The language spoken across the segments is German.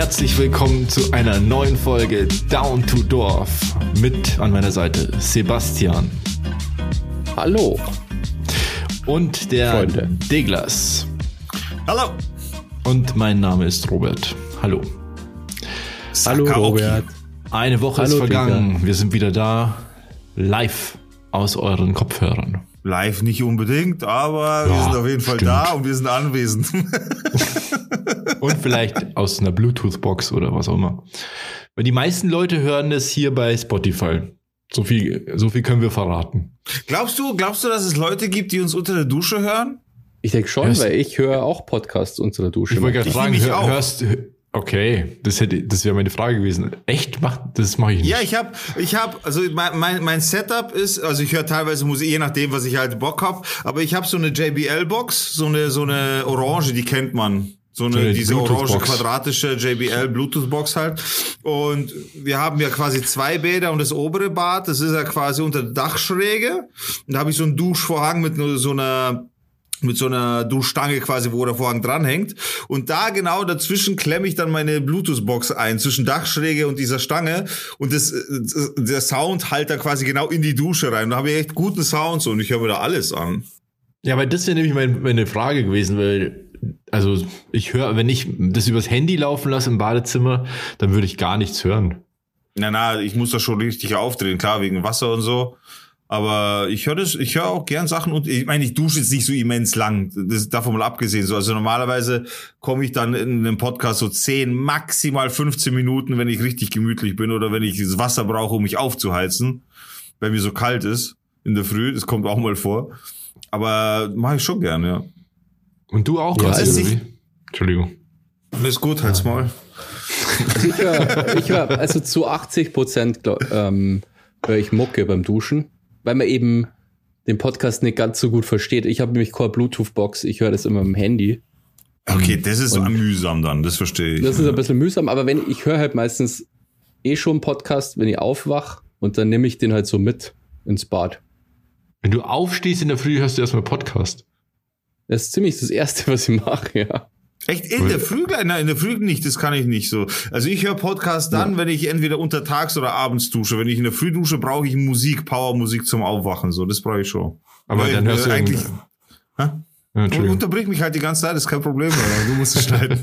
herzlich willkommen zu einer neuen Folge Down to Dorf mit an meiner Seite Sebastian. Hallo. Und der Freunde. Douglas. Hallo. Und mein Name ist Robert. Hallo. Hallo Robert. Eine Woche ist vergangen. Digga. Wir sind wieder da. Live aus euren Kopfhörern. Live nicht unbedingt, aber wir sind auf jeden Fall da und wir sind anwesend. Und vielleicht aus einer Bluetooth-Box oder was auch immer. Weil die meisten Leute hören das hier bei Spotify. So viel können wir verraten. Glaubst du, dass es Leute gibt, die uns unter der Dusche hören? Ich denke schon, weil ich höre auch Podcasts unter der Dusche. Ich wollte gerade fragen, hörst okay, das wäre meine Frage gewesen. Echt? Das mache ich nicht. Ja, ich hab, also mein Setup ist, also ich höre teilweise Musik, je nachdem, was ich halt Bock hab, aber ich habe so eine JBL-Box, so eine orange, die kennt man. Diese orange quadratische JBL Bluetooth-Box halt. Und wir haben ja quasi zwei Bäder und das obere Bad, das ist ja quasi unter der Dachschräge. Und da habe ich so einen Duschvorhang mit so einer Duschstange quasi, wo der Vorhang dranhängt. Und da genau dazwischen klemme ich dann meine Bluetooth-Box ein, zwischen Dachschräge und dieser Stange. Und der Sound halt da quasi genau in die Dusche rein. Und da habe ich echt guten Sound so und ich höre mir da alles an. Ja, weil das wäre nämlich meine Frage gewesen, weil, also ich höre, wenn ich das übers Handy laufen lasse im Badezimmer, dann würde ich gar nichts hören. Ich muss das schon richtig aufdrehen, klar, wegen Wasser und so. Aber ich höre auch gern Sachen und ich meine, ich dusche jetzt nicht so immens lang. Das ist davon mal abgesehen. So, also normalerweise komme ich dann in einem Podcast so 10, maximal 15 Minuten, wenn ich richtig gemütlich bin oder wenn ich das Wasser brauche, um mich aufzuheizen, weil mir so kalt ist in der Früh. Das kommt auch mal vor. Aber mache ich schon gern, ja. Und du auch? Ja, Entschuldigung. Das ist gut, halt's Maul. Ich höre also zu 80% höre ich Mucke beim Duschen. Weil man eben den Podcast nicht ganz so gut versteht. Ich habe nämlich keine Bluetooth-Box, ich höre das immer im Handy. Okay, das ist mühsam dann, das verstehe ich. Das ist ein bisschen mühsam, aber ich höre halt meistens schon Podcast, wenn ich aufwach und dann nehme ich den halt so mit ins Bad. Wenn du aufstehst in der Früh, hörst du erstmal Podcast. Das ist ziemlich das Erste, was ich mache, ja. Echt? In der Früh? Nein, in der Früh nicht, das kann ich nicht so. Also ich höre Podcast dann, wenn ich entweder untertags oder abends dusche. Wenn ich in der Früh dusche, brauche ich Musik, Powermusik zum Aufwachen, so, das brauche ich schon. Aber dann hörst du eigentlich... Ja, unterbrich mich halt die ganze Zeit, das ist kein Problem, du musst es schneiden.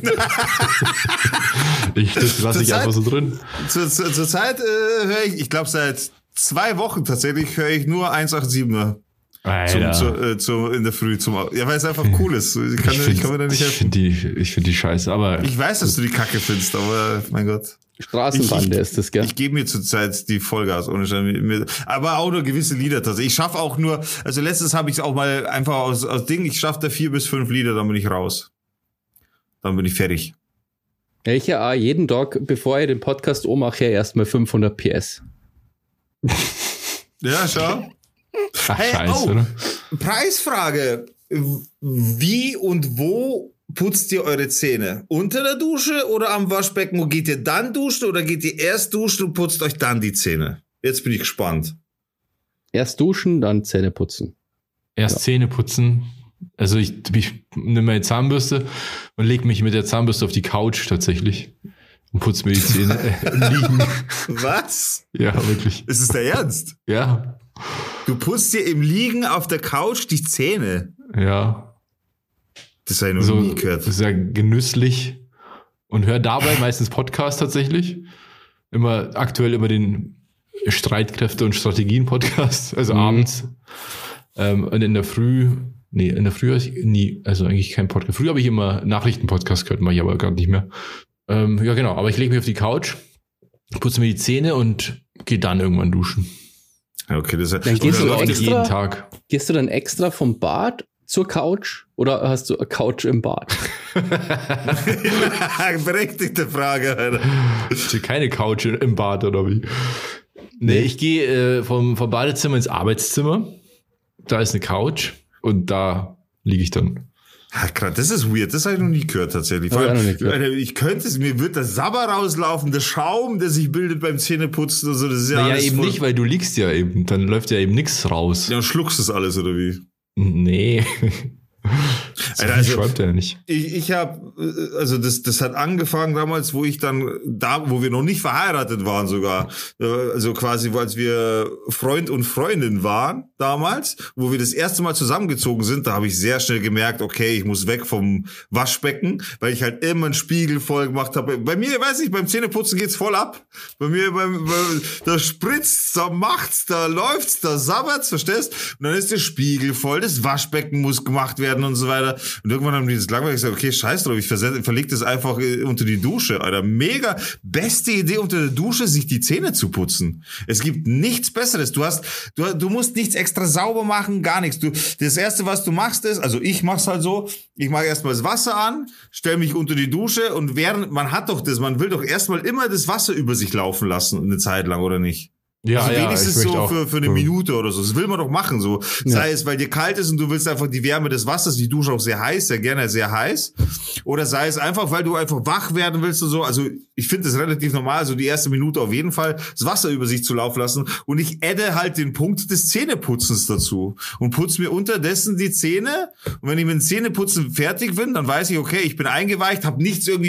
Das lasse ich einfach so drin. Zur Zeit höre ich glaube seit 2 Wochen tatsächlich höre ich nur 187er. In der Früh ja, weil es einfach cool ist. Ich kann mir da nicht helfen. Ich finde die scheiße, aber... Ich weiß, dass du die Kacke findest, aber mein Gott. Straßenbande ist das, gell? Ich gebe mir zurzeit die Vollgas, ohne Schein. Aber auch nur gewisse Lieder tatsächlich. Ich schaffe auch nur, also letztens habe ich es auch mal einfach aus Ding, ich schaffe da 4 bis 5 Lieder, dann bin ich raus. Dann bin ich fertig. Ja, ich ja jeden Tag, bevor ich den Podcast mache, erstmal 500 PS. Ja, schau. Ach, scheiße, oder? Preisfrage. Wie und wo putzt ihr eure Zähne? Unter der Dusche oder am Waschbecken? Wo geht ihr dann duschen oder geht ihr erst duschen und putzt euch dann die Zähne? Jetzt bin ich gespannt. Erst duschen, dann Zähne putzen. Erst Zähne putzen. Also ich nehme meine Zahnbürste und lege mich mit der Zahnbürste auf die Couch tatsächlich und putze mir die Zähne im Liegen. Was? Ja, wirklich. Ist es der Ernst? Ja. Du putzt dir im Liegen auf der Couch die Zähne? Ja. Das habe ich noch nie gehört. Das ist ja genüsslich und höre dabei meistens Podcast tatsächlich. Aktuell immer den Streitkräfte- und Strategien-Podcast, also abends. Und in der Früh höre ich nie, also eigentlich kein Podcast. Früher habe ich immer Nachrichten-Podcast gehört, mache ich aber gar nicht mehr. Ja, genau, aber ich lege mich auf die Couch, putze mir die Zähne und gehe dann irgendwann duschen. Okay, dann gehst du jeden Tag. Gehst du dann extra vom Bad zur Couch oder hast du eine Couch im Bad? Berechtigte Frage, Alter. Ist hier keine Couch im Bad oder wie? Nee, ich gehe vom Badezimmer ins Arbeitszimmer. Da ist eine Couch und da liege ich dann. Ja, krass, das ist weird, das habe ich noch nie gehört tatsächlich. Ich könnte es, mir wird das Sabber rauslaufen, der Schaum, der sich bildet beim Zähneputzen und so. Das ist ja naja, eben nicht, weil du liegst ja eben, dann läuft ja eben nichts raus. Ja, und schluckst das alles, oder wie? Nee. Also schreibt er nicht. Ich habe, also das hat angefangen damals, wo wir noch nicht verheiratet waren sogar. Also quasi, als wir Freund und Freundin waren damals, wo wir das erste Mal zusammengezogen sind, da habe ich sehr schnell gemerkt, okay, ich muss weg vom Waschbecken, weil ich halt immer einen Spiegel voll gemacht habe. Bei mir, weiß ich, beim Zähneputzen geht's voll ab. Bei mir, da spritzt, da macht's, da läuft's, da sabbert's, verstehst? Und dann ist der Spiegel voll, das Waschbecken muss gemacht werden und so weiter. Und irgendwann haben die das langweilig gesagt, okay, scheiß drauf, ich verleg das einfach unter die Dusche, Alter. Mega beste Idee, unter der Dusche sich die Zähne zu putzen. Es gibt nichts Besseres. Du musst nichts extra sauber machen, gar nichts. Das Erste, was du machst, ist, also ich mach's halt so, ich mache erstmal das Wasser an, stell mich unter die Dusche und man will doch erstmal immer das Wasser über sich laufen lassen, eine Zeit lang, oder nicht? Ja, also wenigstens so für eine Minute oder so. Das will man doch machen, so. Sei es, weil dir kalt ist und du willst einfach die Wärme des Wassers, die Dusche auch sehr heiß, sehr gerne sehr heiß. Oder sei es einfach, weil du einfach wach werden willst und so. Also ich finde das relativ normal, so die erste Minute auf jeden Fall das Wasser über sich zu laufen lassen. Und ich adde halt den Punkt des Zähneputzens dazu. Und putze mir unterdessen die Zähne. Und wenn ich mit dem Zähneputzen fertig bin, dann weiß ich, okay, ich bin eingeweicht, habe nichts irgendwie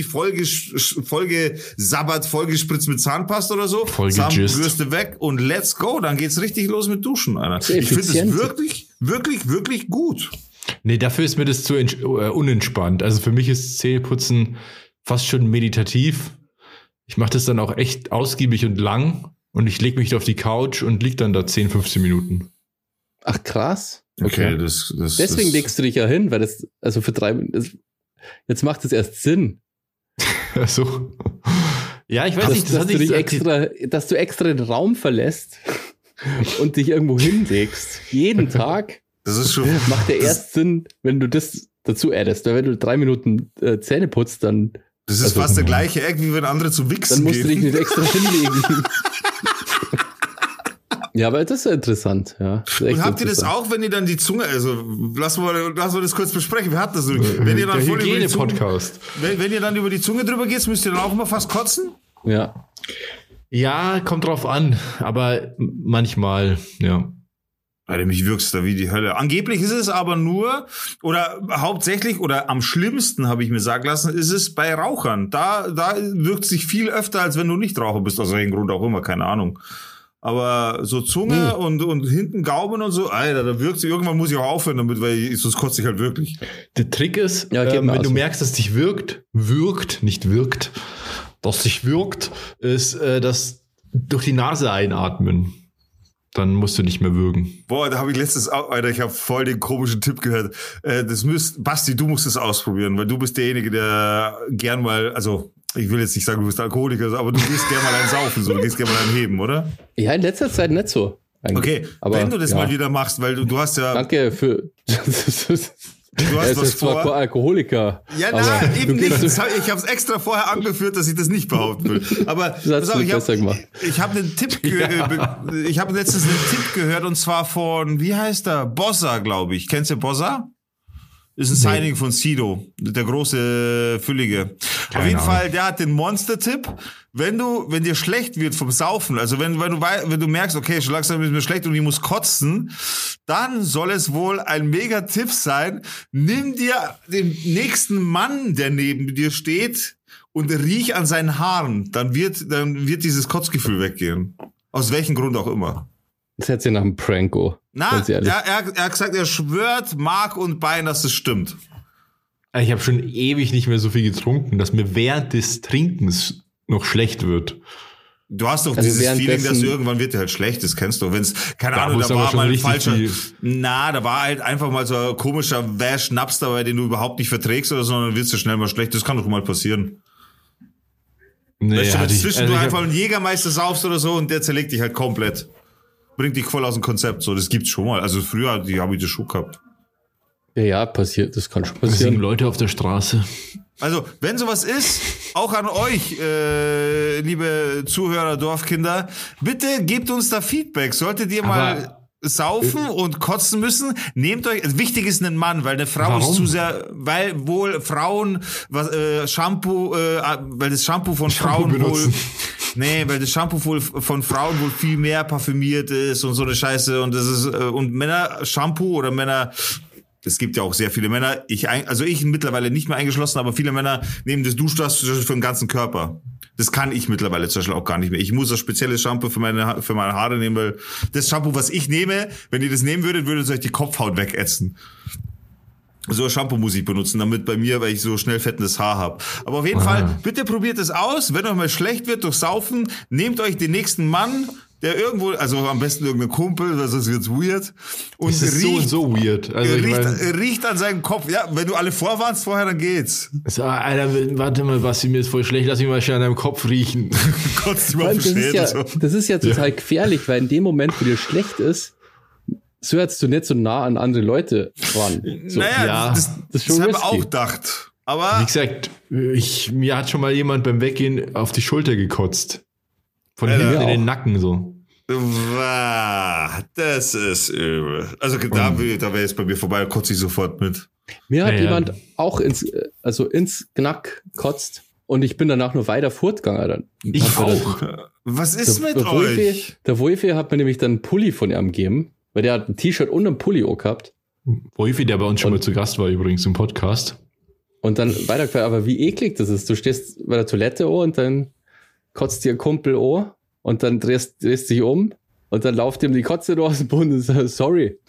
vollgesabbert, vollgespritzt mit Zahnpasta oder so. Zahnbürste weg. Und let's go, dann geht's richtig los mit Duschen, Alter. Ich finde es wirklich, wirklich, wirklich gut. Nee, dafür ist mir das zu unentspannt. Also für mich ist Zähneputzen fast schon meditativ. Ich mache das dann auch echt ausgiebig und lang und ich lege mich auf die Couch und lieg dann da 10, 15 Minuten. Ach, krass. Okay, deswegen legst du dich ja hin, weil das, also für 3 Minuten, jetzt macht es erst Sinn. So. Ja, ich weiß nicht, dass du extra den Raum verlässt und dich irgendwo hinlegst. Jeden Tag. Das ist schon. Macht ja erst Sinn, wenn du das dazu addest. Weil wenn du 3 Minuten Zähne putzt, dann. Das ist fast der gleiche Eck, wie wenn andere zu wichsen dann musst gehen. Du dich nicht extra hinlegen. Ja, aber das ist ja interessant, ja. Und habt ihr das auch, wenn ihr dann die Zunge, also lassen wir das kurz besprechen, wir hatten das so. Wenn ihr dann voll über die Zunge, wenn ihr dann über die Zunge drüber geht, müsst ihr dann auch immer fast kotzen? Ja. Ja, kommt drauf an, aber manchmal, ja. Alter, mich wirkst da wie die Hölle. Angeblich ist es aber nur, oder hauptsächlich, oder am schlimmsten, habe ich mir sagen lassen, ist es bei Rauchern. Da wirkt es sich viel öfter, als wenn du nicht Raucher bist, aus welchem Grund auch immer, keine Ahnung. Aber so Zunge und hinten Gaumen und so, Alter, da wirkt sie, irgendwann muss ich auch aufhören damit, weil sonst kotze ich halt wirklich. Der Trick ist, wenn du merkst, dass dich ist, dass durch die Nase einatmen. Dann musst du nicht mehr würgen. Boah, da habe ich letztens auch, Alter, ich habe voll den komischen Tipp gehört. Basti, du musst es ausprobieren, weil du bist derjenige, der gern mal, also ich will jetzt nicht sagen, du bist Alkoholiker, aber du gehst gerne mal einen saufen, so, du gehst gerne mal einen heben, oder? Ja, in letzter Zeit nicht so. Eigentlich. Okay, aber wenn du das mal wieder machst, weil du hast ja... Danke für... Du hast was vor. Zwar Alkoholiker. Ja, nein, eben nicht. Ich habe es extra vorher angeführt, dass ich das nicht behaupten will. Aber pass auf, ich habe einen Tipp ich habe letztens einen Tipp gehört und zwar von, wie heißt der? Bossa, glaube ich. Kennst du Bossa? Ist ein Signing von Sido, der große Füllige. Auf jeden Fall, der hat den Monster-Tipp. Wenn dir schlecht wird vom Saufen, also wenn du merkst, okay, schon langsam ist mir schlecht und ich muss kotzen, dann soll es wohl ein Mega-Tipp sein. Nimm dir den nächsten Mann, der neben dir steht, und riech an seinen Haaren. Dann wird dieses Kotzgefühl weggehen. Aus welchem Grund auch immer. Das hört sich nach einem Pranko. Na, er hat gesagt, er schwört Mark und Bein, dass es stimmt. Ich habe schon ewig nicht mehr so viel getrunken, dass mir während des Trinkens noch schlecht wird. Du hast doch dieses Feeling, dass irgendwann wird dir halt schlecht, das kennst du. Wenn's, keine Ahnung, da war mal ein falscher, da war halt einfach mal so ein komischer Schnaps dabei, den du überhaupt nicht verträgst oder so, dann wird dir schnell mal schlecht. Das kann doch mal passieren. Nee, weißt du, dazwischen du einfach einen Jägermeister saufst oder so und der zerlegt dich halt komplett. Bringt dich voll aus dem Konzept, so, das gibt's schon mal. Also früher, habe ich das schon gehabt. Ja, passiert, das kann schon passieren. Das Leute auf der Straße. Also, wenn sowas ist, auch an euch, liebe Zuhörer, Dorfkinder, bitte gebt uns da Feedback. Solltet ihr mal saufen und kotzen müssen, nehmt euch, wichtig ist ein Mann, weil eine Frau ist zu sehr, weil wohl Frauen, Shampoo, weil das Shampoo von Frauen benutzen. Weil das Shampoo von Frauen wohl viel mehr parfümiert ist und so eine Scheiße und das ist, und Männer Shampoo oder Männer es gibt ja auch sehr viele Männer, ich mittlerweile nicht mehr eingeschlossen, aber viele Männer nehmen das Duschdas für den ganzen Körper. Das kann ich mittlerweile zum Beispiel auch gar nicht mehr. Ich muss das spezielle Shampoo für meine Haare nehmen, weil das Shampoo, was ich nehme, wenn ihr das nehmen würdet, würde es euch die Kopfhaut wegätzen. So ein Shampoo muss ich benutzen, damit bei mir, weil ich so schnell fettendes Haar habe. Aber auf jeden Fall, bitte probiert es aus. Wenn euch mal schlecht wird durch Saufen, nehmt euch den nächsten Mann, der irgendwo, also am besten irgendein Kumpel, weil sonst wird's weird. Und es ist riecht, so weird. Also riecht an seinem Kopf. Ja, wenn du alle vorwarnst vorher, dann geht's. So, Alter, warte mal, Basti, mir ist voll schlecht, lass mich mal schnell an deinem Kopf riechen. Das ist ja total gefährlich, weil in dem Moment, wo dir schlecht ist, so hörst du nicht so nah an andere Leute ran. So, naja, das ist schon das habe ich auch gedacht. Aber wie gesagt, mir hat schon mal jemand beim Weggehen auf die Schulter gekotzt. Von hinten in den Nacken so. Das ist übel. Also da wäre es bei mir vorbei, kotze ich sofort mit. Mir hat jemand auch ins Knack kotzt und ich bin danach nur weiter fortgegangen. Ich auch. Was ist mit euch? Der Wolfi hat mir nämlich dann einen Pulli von ihm gegeben, weil der hat ein T-Shirt und einen Pulli auch gehabt. Wolfi, der bei uns schon mal zu Gast war übrigens im Podcast. Und dann weitergefahren, aber wie eklig das ist. Du stehst bei der Toilette und dann kotzt dir ein Kumpel an und dann drehst dich um und dann lauft ihm die Kotze durch aus dem Bund und sagt, sorry.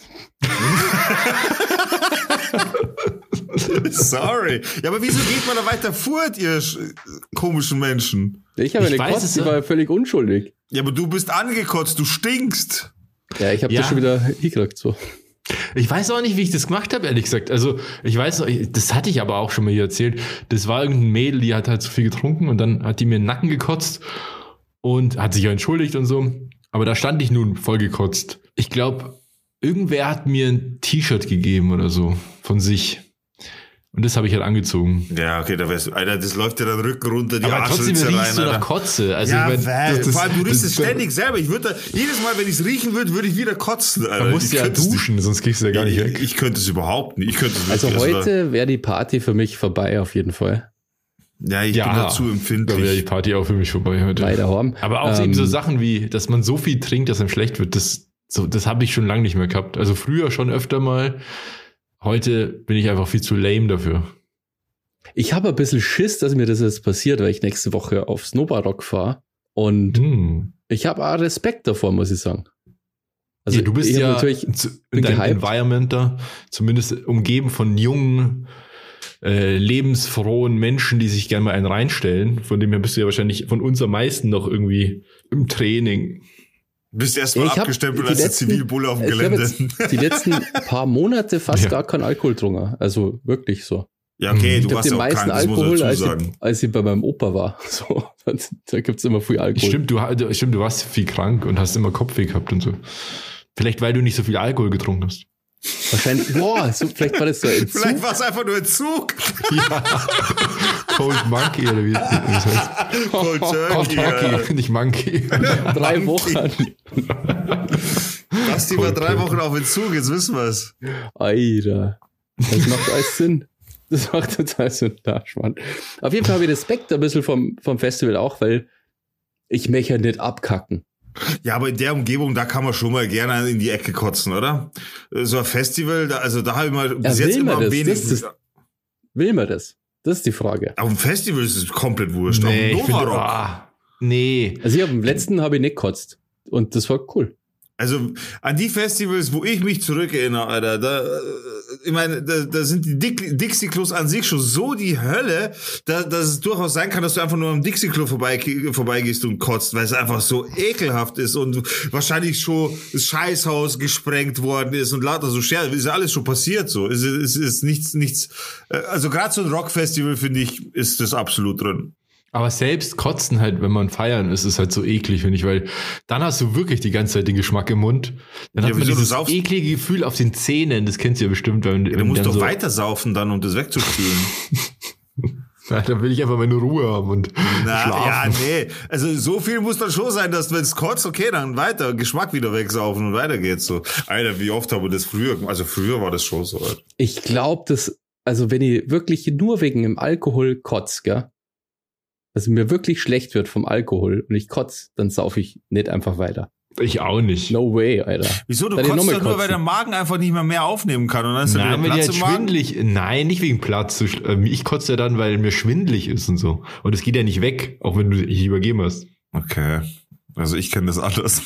Sorry. Ja, aber wieso geht man da weiter fort, ihr komischen Menschen? Ich habe eine Kotze, die war völlig unschuldig. Ja, aber du bist angekotzt, du stinkst. Ja, ich habe das schon wieder hingekriegt, so. Ich weiß auch nicht, wie ich das gemacht habe, ehrlich gesagt. Also, ich weiß noch, das hatte ich aber auch schon mal hier erzählt. Das war irgendein Mädel, die hat halt zu viel getrunken und dann hat die mir in den Nacken gekotzt und hat sich ja entschuldigt und so. Aber da stand ich nun voll gekotzt. Ich glaube, irgendwer hat mir ein T-Shirt gegeben oder so von sich. Und das habe ich halt angezogen. Ja, okay, Alter, das läuft ja dann Rücken runter, die aber trotzdem Arschritze rein. riechst du nach Kotze. Also ja, ich mein, vor allem, du riechst es ständig selber. Ich würde jedes Mal, wenn ich es riechen würde, würde ich wieder kotzen. Alter. Man muss ja duschen, sonst kriegst du ja gar nicht weg. Ich könnte es überhaupt nicht. Also heute wäre die Party für mich vorbei, auf jeden Fall. Ja, ich bin dazu empfindlich. Da wäre die Party auch für mich vorbei heute. Leider haben. Aber auch eben so Sachen wie, dass man so viel trinkt, dass einem schlecht wird, das habe ich schon lange nicht mehr gehabt. Also früher schon öfter mal. Heute bin ich einfach viel zu lame dafür. Ich habe ein bisschen Schiss, dass mir das jetzt passiert, weil ich nächste Woche auf Snowboard fahre. Und ich habe auch Respekt davor, muss ich sagen. Also ja, du bist ja natürlich in deinem Environment da, zumindest umgeben von jungen, lebensfrohen Menschen, die sich gerne mal einen reinstellen. Von dem her bist du ja wahrscheinlich von uns am meisten noch irgendwie im Training. Bist erstmal abgestempelt als der Zivilbulle auf dem Gelände. Ich habe die letzten paar Monate fast gar keinen Alkohol getrunken. Also wirklich so. Ja, okay, du hast den ja auch meisten keinen, Alkohol, als ich bei meinem Opa war. So, da gibt's immer viel Alkohol. Stimmt, du warst viel krank und hast immer Kopfweh gehabt und so. Vielleicht, weil du nicht so viel Alkohol getrunken hast. Wahrscheinlich, vielleicht war das so ein Entzug. Vielleicht war es einfach nur Entzug. Ja. Cold Monkey oder wie das heißt. Cold Turkey. Nicht Monkey. 3 Wochen. Basti war 3 Wochen auf Entzug, jetzt wissen wir es. Alter. Das macht alles Sinn. Das macht total Sinn. Mann. Auf jeden Fall habe ich Respekt ein bisschen vom Festival auch, weil ich möchte ja nicht abkacken. Ja, aber in der Umgebung, da kann man schon mal gerne in die Ecke kotzen, oder? So ein Festival, da habe ich mal bis jetzt immer wenig. Will man das? Das ist die Frage. Auf dem Festival ist es komplett wurscht. Nee, auf dem Novarock. Nee. Also am letzten habe ich nicht gekotzt. Und das war cool. Also an die Festivals, wo ich mich zurückerinnere, Alter, ich meine, da sind die Dixie-Klos an sich schon so die Hölle, dass es durchaus sein kann, dass du einfach nur am Dixie-Klo vorbeigehst und kotzt, weil es einfach so ekelhaft ist und wahrscheinlich schon das Scheißhaus gesprengt worden ist und lauter so Scherze, ist ja alles schon passiert so. Es ist nichts, also gerade so ein Rockfestival, finde ich, ist das absolut drin. Aber selbst kotzen halt, wenn man feiern ist, ist halt so eklig, finde ich, weil dann hast du wirklich die ganze Zeit den Geschmack im Mund. Dann hat man dieses eklige Gefühl auf den Zähnen, das kennst du ja bestimmt. Wenn du musst doch so weiter saufen dann, um das wegzuspülen. Ja, dann will ich einfach meine Ruhe haben und schlafen. Ja, nee. Also so viel muss dann schon sein, dass wenn es kotzt, okay, dann weiter, Geschmack wieder wegsaufen und weiter geht's so. Alter, wie oft haben wir das früher, also früher war das schon so. Alter. Ich glaube, also wenn ich wirklich nur wegen dem Alkohol kotze, gell, dass mir wirklich schlecht wird vom Alkohol und ich kotze, dann saufe ich nicht einfach weiter. Ich auch nicht. No way, Alter. Wieso? Du kotzt doch nur, weil der Magen einfach nicht mehr aufnehmen kann. Und dann ist Nein, wenn jetzt schwindelig. Nein, nicht wegen Platz. Ich kotze ja dann, weil mir schwindelig ist und so. Und es geht ja nicht weg, auch wenn du dich übergeben hast. Okay. Also ich kenne das alles.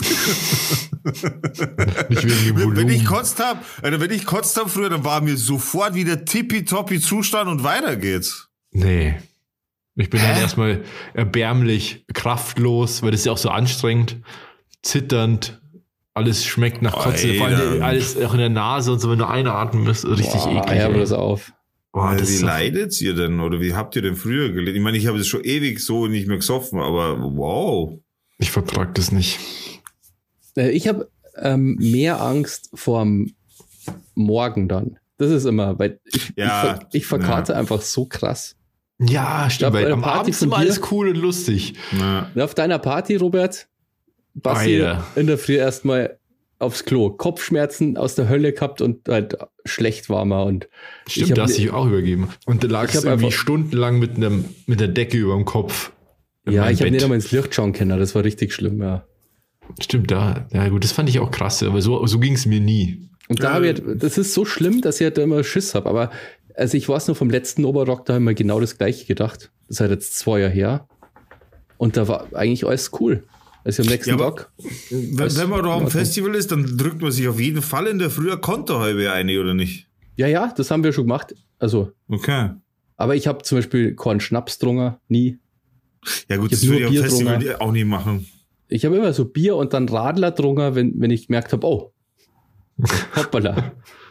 Nicht wegen dem Volumen. Wenn ich gekotzt habe früher, dann war mir sofort wieder tippitoppi Zustand und weiter geht's. Nee. Ich bin dann erstmal erbärmlich, kraftlos, weil das ist ja auch so anstrengend. Zitternd, alles schmeckt nach Kotze, vor allem alles auch in der Nase und so, wenn du einatmen musst, richtig eklig. Ja, das auf. Boah, wie leidet ihr denn oder wie habt ihr denn früher gelebt? Ich meine, ich habe es schon ewig so nicht mehr gesoffen, aber wow. Ich vertrag das nicht. Ich habe mehr Angst vorm Morgen dann. Das ist immer, weil ich verkarte einfach so krass. Ja, stimmt, weil am Abend ist immer alles cool und lustig. Ja. Auf deiner Party, Robert, Basti in der Früh erstmal aufs Klo. Kopfschmerzen aus der Hölle gehabt und halt schlecht war mal. Und stimmt, da hast du dich auch übergeben. Und da lagst du irgendwie stundenlang mit der Decke über dem Kopf. Ja, ich habe nicht einmal ins Licht schauen können. Das war richtig schlimm, ja. Stimmt, ja gut, das fand ich auch krass, aber so ging es mir nie. Und da habe ich, das ist so schlimm, dass ich halt immer Schiss habe. Aber also ich weiß nur vom letzten Oberrock, da haben wir genau das Gleiche gedacht. Das ist halt jetzt 2 Jahre her. Und da war eigentlich alles cool. Also am nächsten Tag. Wenn man doch auf dem Festival ist, dann drückt man sich auf jeden Fall in der früher Konterhalbe ein, oder nicht? Ja, das haben wir schon gemacht. Also. Okay. Aber ich habe zum Beispiel keinen Schnaps getrunken, nie. Ja gut, das würde ich auf dem Festival auch nie machen. Ich habe immer so Bier und dann Radler getrunken, wenn ich gemerkt habe, oh, hoppala.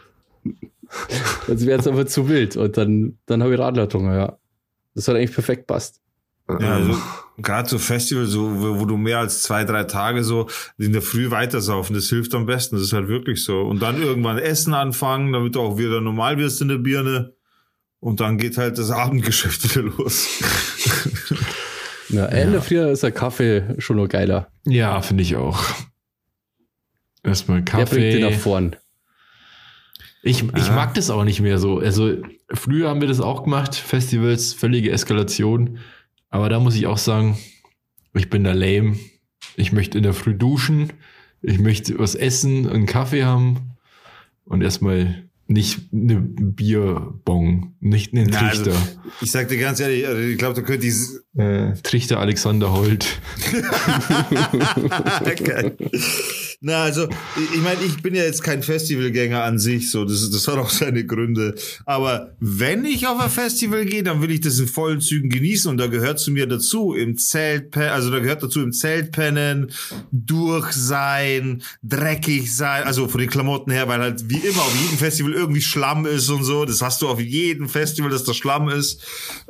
Das wäre jetzt aber zu wild. Und dann habe ich Radler getrunken, ja. Das hat eigentlich perfekt passt. Ja, also gerade so Festival, so, wo du mehr als 2-3 Tage so in der Früh weitersaufen, das hilft am besten. Das ist halt wirklich so. Und dann irgendwann Essen anfangen, damit du auch wieder normal wirst in der Birne. Und dann geht halt das Abendgeschäft wieder los. Ja, in der Früh ist der Kaffee schon noch geiler. Ja, finde ich auch. Erstmal Kaffee. Der bringt dich nach vorn. Ich mag das auch nicht mehr so. Also früher haben wir das auch gemacht, Festivals, völlige Eskalation. Aber da muss ich auch sagen, ich bin da lame. Ich möchte in der Früh duschen. Ich möchte was essen, einen Kaffee haben und erstmal nicht eine Bierbong, nicht einen Trichter. Also, ich sag dir ganz ehrlich, ich glaube, da könnte ich... Trichter Alexander Holt. Geil. Na, also, ich meine, ich bin ja jetzt kein Festivalgänger an sich, so, das hat auch seine Gründe. Aber wenn ich auf ein Festival gehe, dann will ich das in vollen Zügen genießen und da gehört zu mir dazu im Zelt pennen, durch sein, dreckig sein, also von den Klamotten her, weil halt wie immer auf jedem Festival irgendwie Schlamm ist und so. Das hast du auf jedem Festival, dass da Schlamm ist.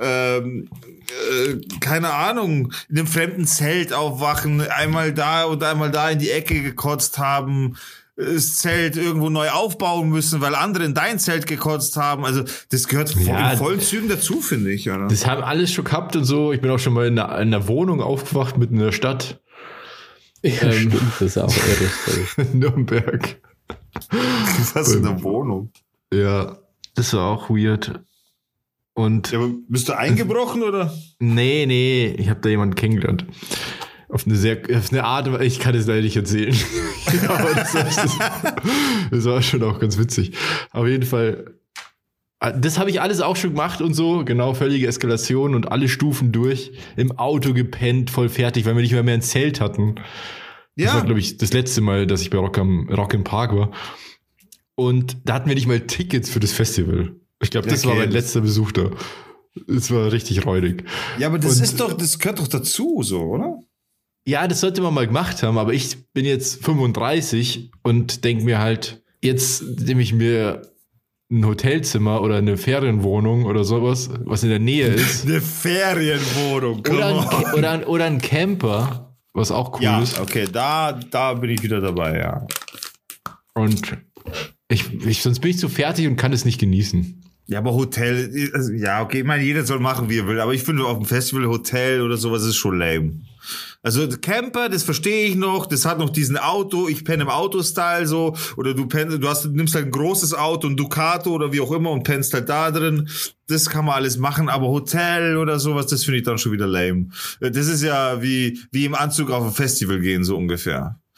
Keine Ahnung, in einem fremden Zelt aufwachen, einmal da und einmal da in die Ecke gekotzt haben, das Zelt irgendwo neu aufbauen müssen, weil andere in dein Zelt gekotzt haben. Also das gehört in vollen Zügen dazu, finde ich. Oder? Das haben alles schon gehabt und so. Ich bin auch schon mal in einer Wohnung aufgewacht mitten in der Stadt. Ja, stimmt, das ist auch irre. In Nürnberg. Was in der Wohnung? Ja, das war auch weird. Und ja, aber bist du eingebrochen oder? Nee, ich habe da jemanden kennengelernt. Auf eine Art, ich kann es leider nicht erzählen. Ja, aber das war schon auch ganz witzig. Auf jeden Fall, das habe ich alles auch schon gemacht und so, genau, völlige Eskalation und alle Stufen durch, im Auto gepennt, voll fertig, weil wir nicht mehr ein Zelt hatten. Ja. Das war, glaube ich, das letzte Mal, dass ich bei Rock im Park war. Und da hatten wir nicht mal Tickets für das Festival. Ich glaube, das war mein letzter Besuch da. Es war richtig räudig. Ja, aber das gehört doch dazu, so, oder? Ja, das sollte man mal gemacht haben, aber ich bin jetzt 35 und denke mir halt, jetzt nehme ich mir ein Hotelzimmer oder eine Ferienwohnung oder sowas, was in der Nähe ist. Eine Ferienwohnung, oder ein Camper, was auch cool ist. Ja, okay, da bin ich wieder dabei, ja. Und sonst bin ich zu fertig und kann es nicht genießen. Ja, aber Hotel, ja, okay, ich meine, jeder soll machen, wie er will, aber ich finde auf dem Festival Hotel oder sowas ist schon lame. Also Camper, das verstehe ich noch, das hat noch diesen Auto, ich penne im Auto-Style so, oder du nimmst halt ein großes Auto, ein Ducato oder wie auch immer und pennst halt da drin, das kann man alles machen, aber Hotel oder sowas, das finde ich dann schon wieder lame. Das ist ja wie im Anzug auf ein Festival gehen, so ungefähr.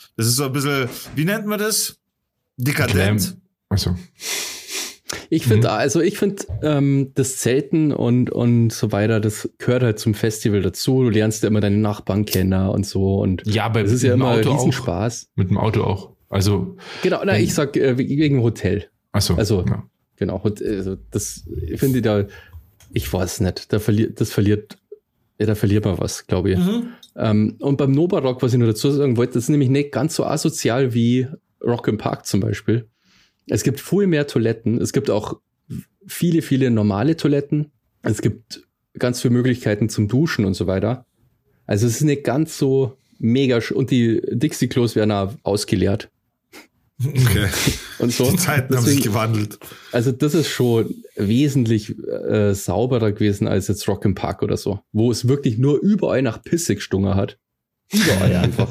Das ist so ein bisschen, wie nennt man das? Dekadent. Achso. Ich finde, das Zelten und so weiter, das gehört halt zum Festival dazu. Du lernst ja immer deine Nachbarn kennen und so. Und ja, das ist ja immer ein Riesenspaß. Mit dem Auto auch. Also. Genau, ich sag wegen dem Hotel. Achso. Also, ja. Genau. Also, das finde ich da, ich weiß nicht, da verliert man was, glaube ich. Und beim Nova Rock, was ich nur dazu sagen wollte, das ist nämlich nicht ganz so asozial wie Rock im Park zum Beispiel. Es gibt viel mehr Toiletten. Es gibt auch viele, viele normale Toiletten. Es gibt ganz viele Möglichkeiten zum Duschen und so weiter. Also es ist nicht ganz so mega. Und die Dixie-Klos werden auch ausgeleert. Okay. Und so. Die Zeiten haben sich gewandelt. Also das ist schon wesentlich sauberer gewesen als jetzt Rock im Park oder so. Wo es wirklich nur überall nach Pisse gestunken hat. Überall einfach.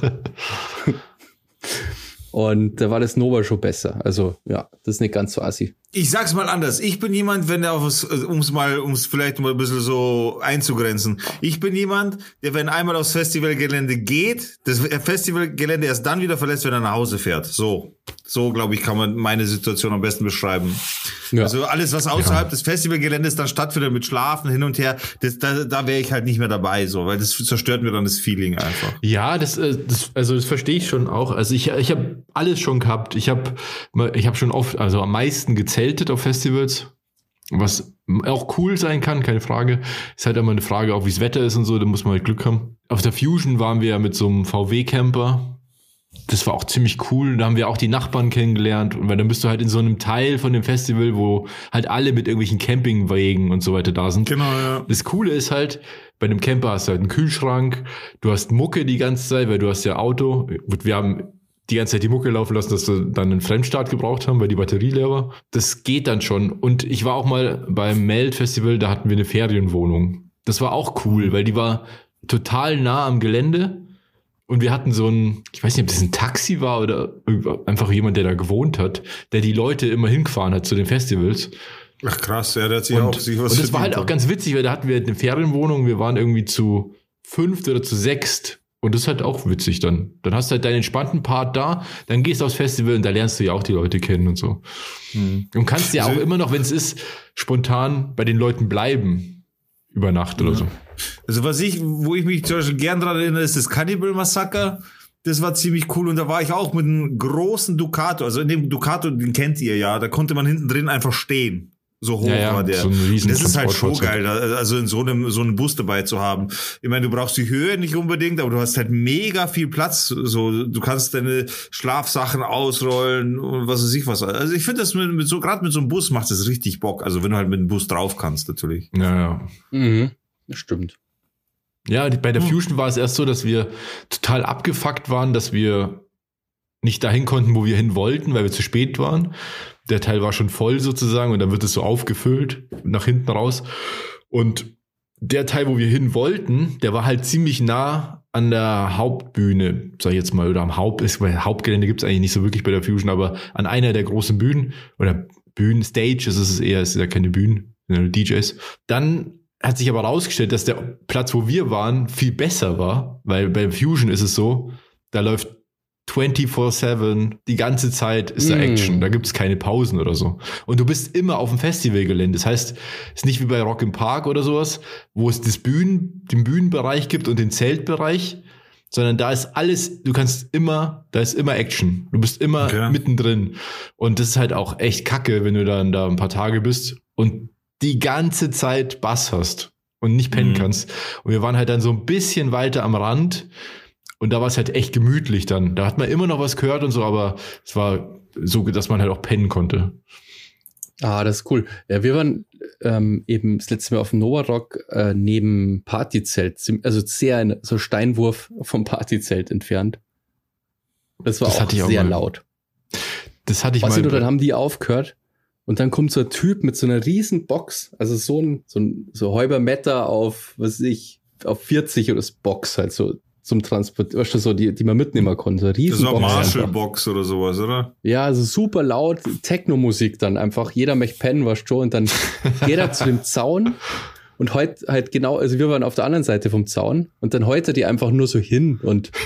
Und da war das Nova schon besser. Also, ja, das ist nicht ganz so assi. Ich sag's mal anders. Ich bin jemand, wenn er um's vielleicht mal ein bisschen so einzugrenzen. Ich bin jemand, der, wenn einmal aufs Festivalgelände geht, das Festivalgelände erst dann wieder verlässt, wenn er nach Hause fährt. So, glaube ich, kann man meine Situation am besten beschreiben. Ja. Also alles, was außerhalb des Festivalgeländes dann stattfindet mit Schlafen hin und her, da wäre ich halt nicht mehr dabei, so, weil das zerstört mir dann das Feeling einfach. Ja, das verstehe ich schon auch. Also ich habe alles schon gehabt. Ich habe schon oft, also am meisten gezeltet auf Festivals, was auch cool sein kann, keine Frage. Ist halt immer eine Frage, auch wie das Wetter ist und so, da muss man halt Glück haben. Auf der Fusion waren wir ja mit so einem VW-Camper. Das war auch ziemlich cool. Da haben wir auch die Nachbarn kennengelernt. Und weil dann bist du halt in so einem Teil von dem Festival, wo halt alle mit irgendwelchen Campingwagen und so weiter da sind. Genau, ja. Das Coole ist halt, bei einem Camper hast du halt einen Kühlschrank, du hast Mucke die ganze Zeit, weil du hast ja Auto. Wir haben die ganze Zeit die Mucke laufen lassen, dass wir dann einen Fremdstart gebraucht haben, weil die Batterie leer war. Das geht dann schon. Und ich war auch mal beim Melt-Festival, da hatten wir eine Ferienwohnung. Das war auch cool, weil die war total nah am Gelände. Und wir hatten so ich weiß nicht, ob das ein Taxi war oder einfach jemand, der da gewohnt hat, der die Leute immer hingefahren hat zu den Festivals. Ach krass, ja, der hat sich auch sich was. Und das war halt auch ganz witzig, weil da hatten wir eine Ferienwohnung, wir waren irgendwie zu 5 oder zu 6. Und das ist halt auch witzig dann. Dann hast du halt deinen entspannten Part da, dann gehst du aufs Festival und da lernst du ja auch die Leute kennen und so. Und kannst ja auch immer noch, wenn es ist, spontan bei den Leuten bleiben. Über Nacht oder so. Also wo ich mich zum Beispiel gern dran erinnere, ist das Cannibal Massacre. Das war ziemlich cool. Und da war ich auch mit einem großen Ducato. Also in dem Ducato, den kennt ihr ja. Da konnte man hinten drin einfach stehen. So hoch war der. So das ist halt schon geil, also in so einem Bus dabei zu haben. Ich meine, du brauchst die Höhe nicht unbedingt, aber du hast halt mega viel Platz. So, du kannst deine Schlafsachen ausrollen und was weiß ich was. Also ich finde das gerade mit so einem Bus macht das richtig Bock. Also wenn du halt mit dem Bus drauf kannst, natürlich. Ja. Mhm. Das stimmt. Ja, bei der Fusion war es erst so, dass wir total abgefuckt waren, dass wir nicht dahin konnten, wo wir hin wollten, weil wir zu spät waren. Der Teil war schon voll sozusagen und dann wird es so aufgefüllt nach hinten raus. Und der Teil, wo wir hin wollten, der war halt ziemlich nah an der Hauptbühne, sag ich jetzt mal, oder Hauptgelände gibt es eigentlich nicht so wirklich bei der Fusion, aber an einer der großen Bühnen oder Bühnenstage, es ist ja keine Bühnen, sondern DJs. Dann hat sich aber herausgestellt, dass der Platz, wo wir waren, viel besser war, weil bei Fusion ist es so, da läuft 24/7, die ganze Zeit ist da Action, da gibt's keine Pausen oder so. Und du bist immer auf dem Festivalgelände. Das heißt, es ist nicht wie bei Rock im Park oder sowas, wo es den Bühnenbereich gibt und den Zeltbereich, sondern da ist alles, da ist immer Action. Du bist immer mittendrin. Und das ist halt auch echt kacke, wenn du dann da ein paar Tage bist und die ganze Zeit Bass hast und nicht pennen kannst. Und wir waren halt dann so ein bisschen weiter am Rand. Und da war es halt echt gemütlich dann. Da hat man immer noch was gehört und so, aber es war so, dass man halt auch pennen konnte. Ah, das ist cool. Ja, wir waren eben das letzte Mal auf dem Nova Rock neben Partyzelt, also sehr so Steinwurf vom Partyzelt entfernt. Das war auch sehr laut. Das hatte ich mal. Dann haben die aufgehört und dann kommt so ein Typ mit so einer riesen Box, also so Heubermetter auf, auf 40 oder das Box halt so. Zum Transport, weißt du, so, die man mitnehmen konnte. Das war Marshall-Box oder sowas, oder? Ja, also super laut, Techno-Musik dann einfach. Jeder möchte pennen, weißt du, und dann geht er zu dem Zaun und heute halt genau, also wir waren auf der anderen Seite vom Zaun und dann heute die einfach nur so hin und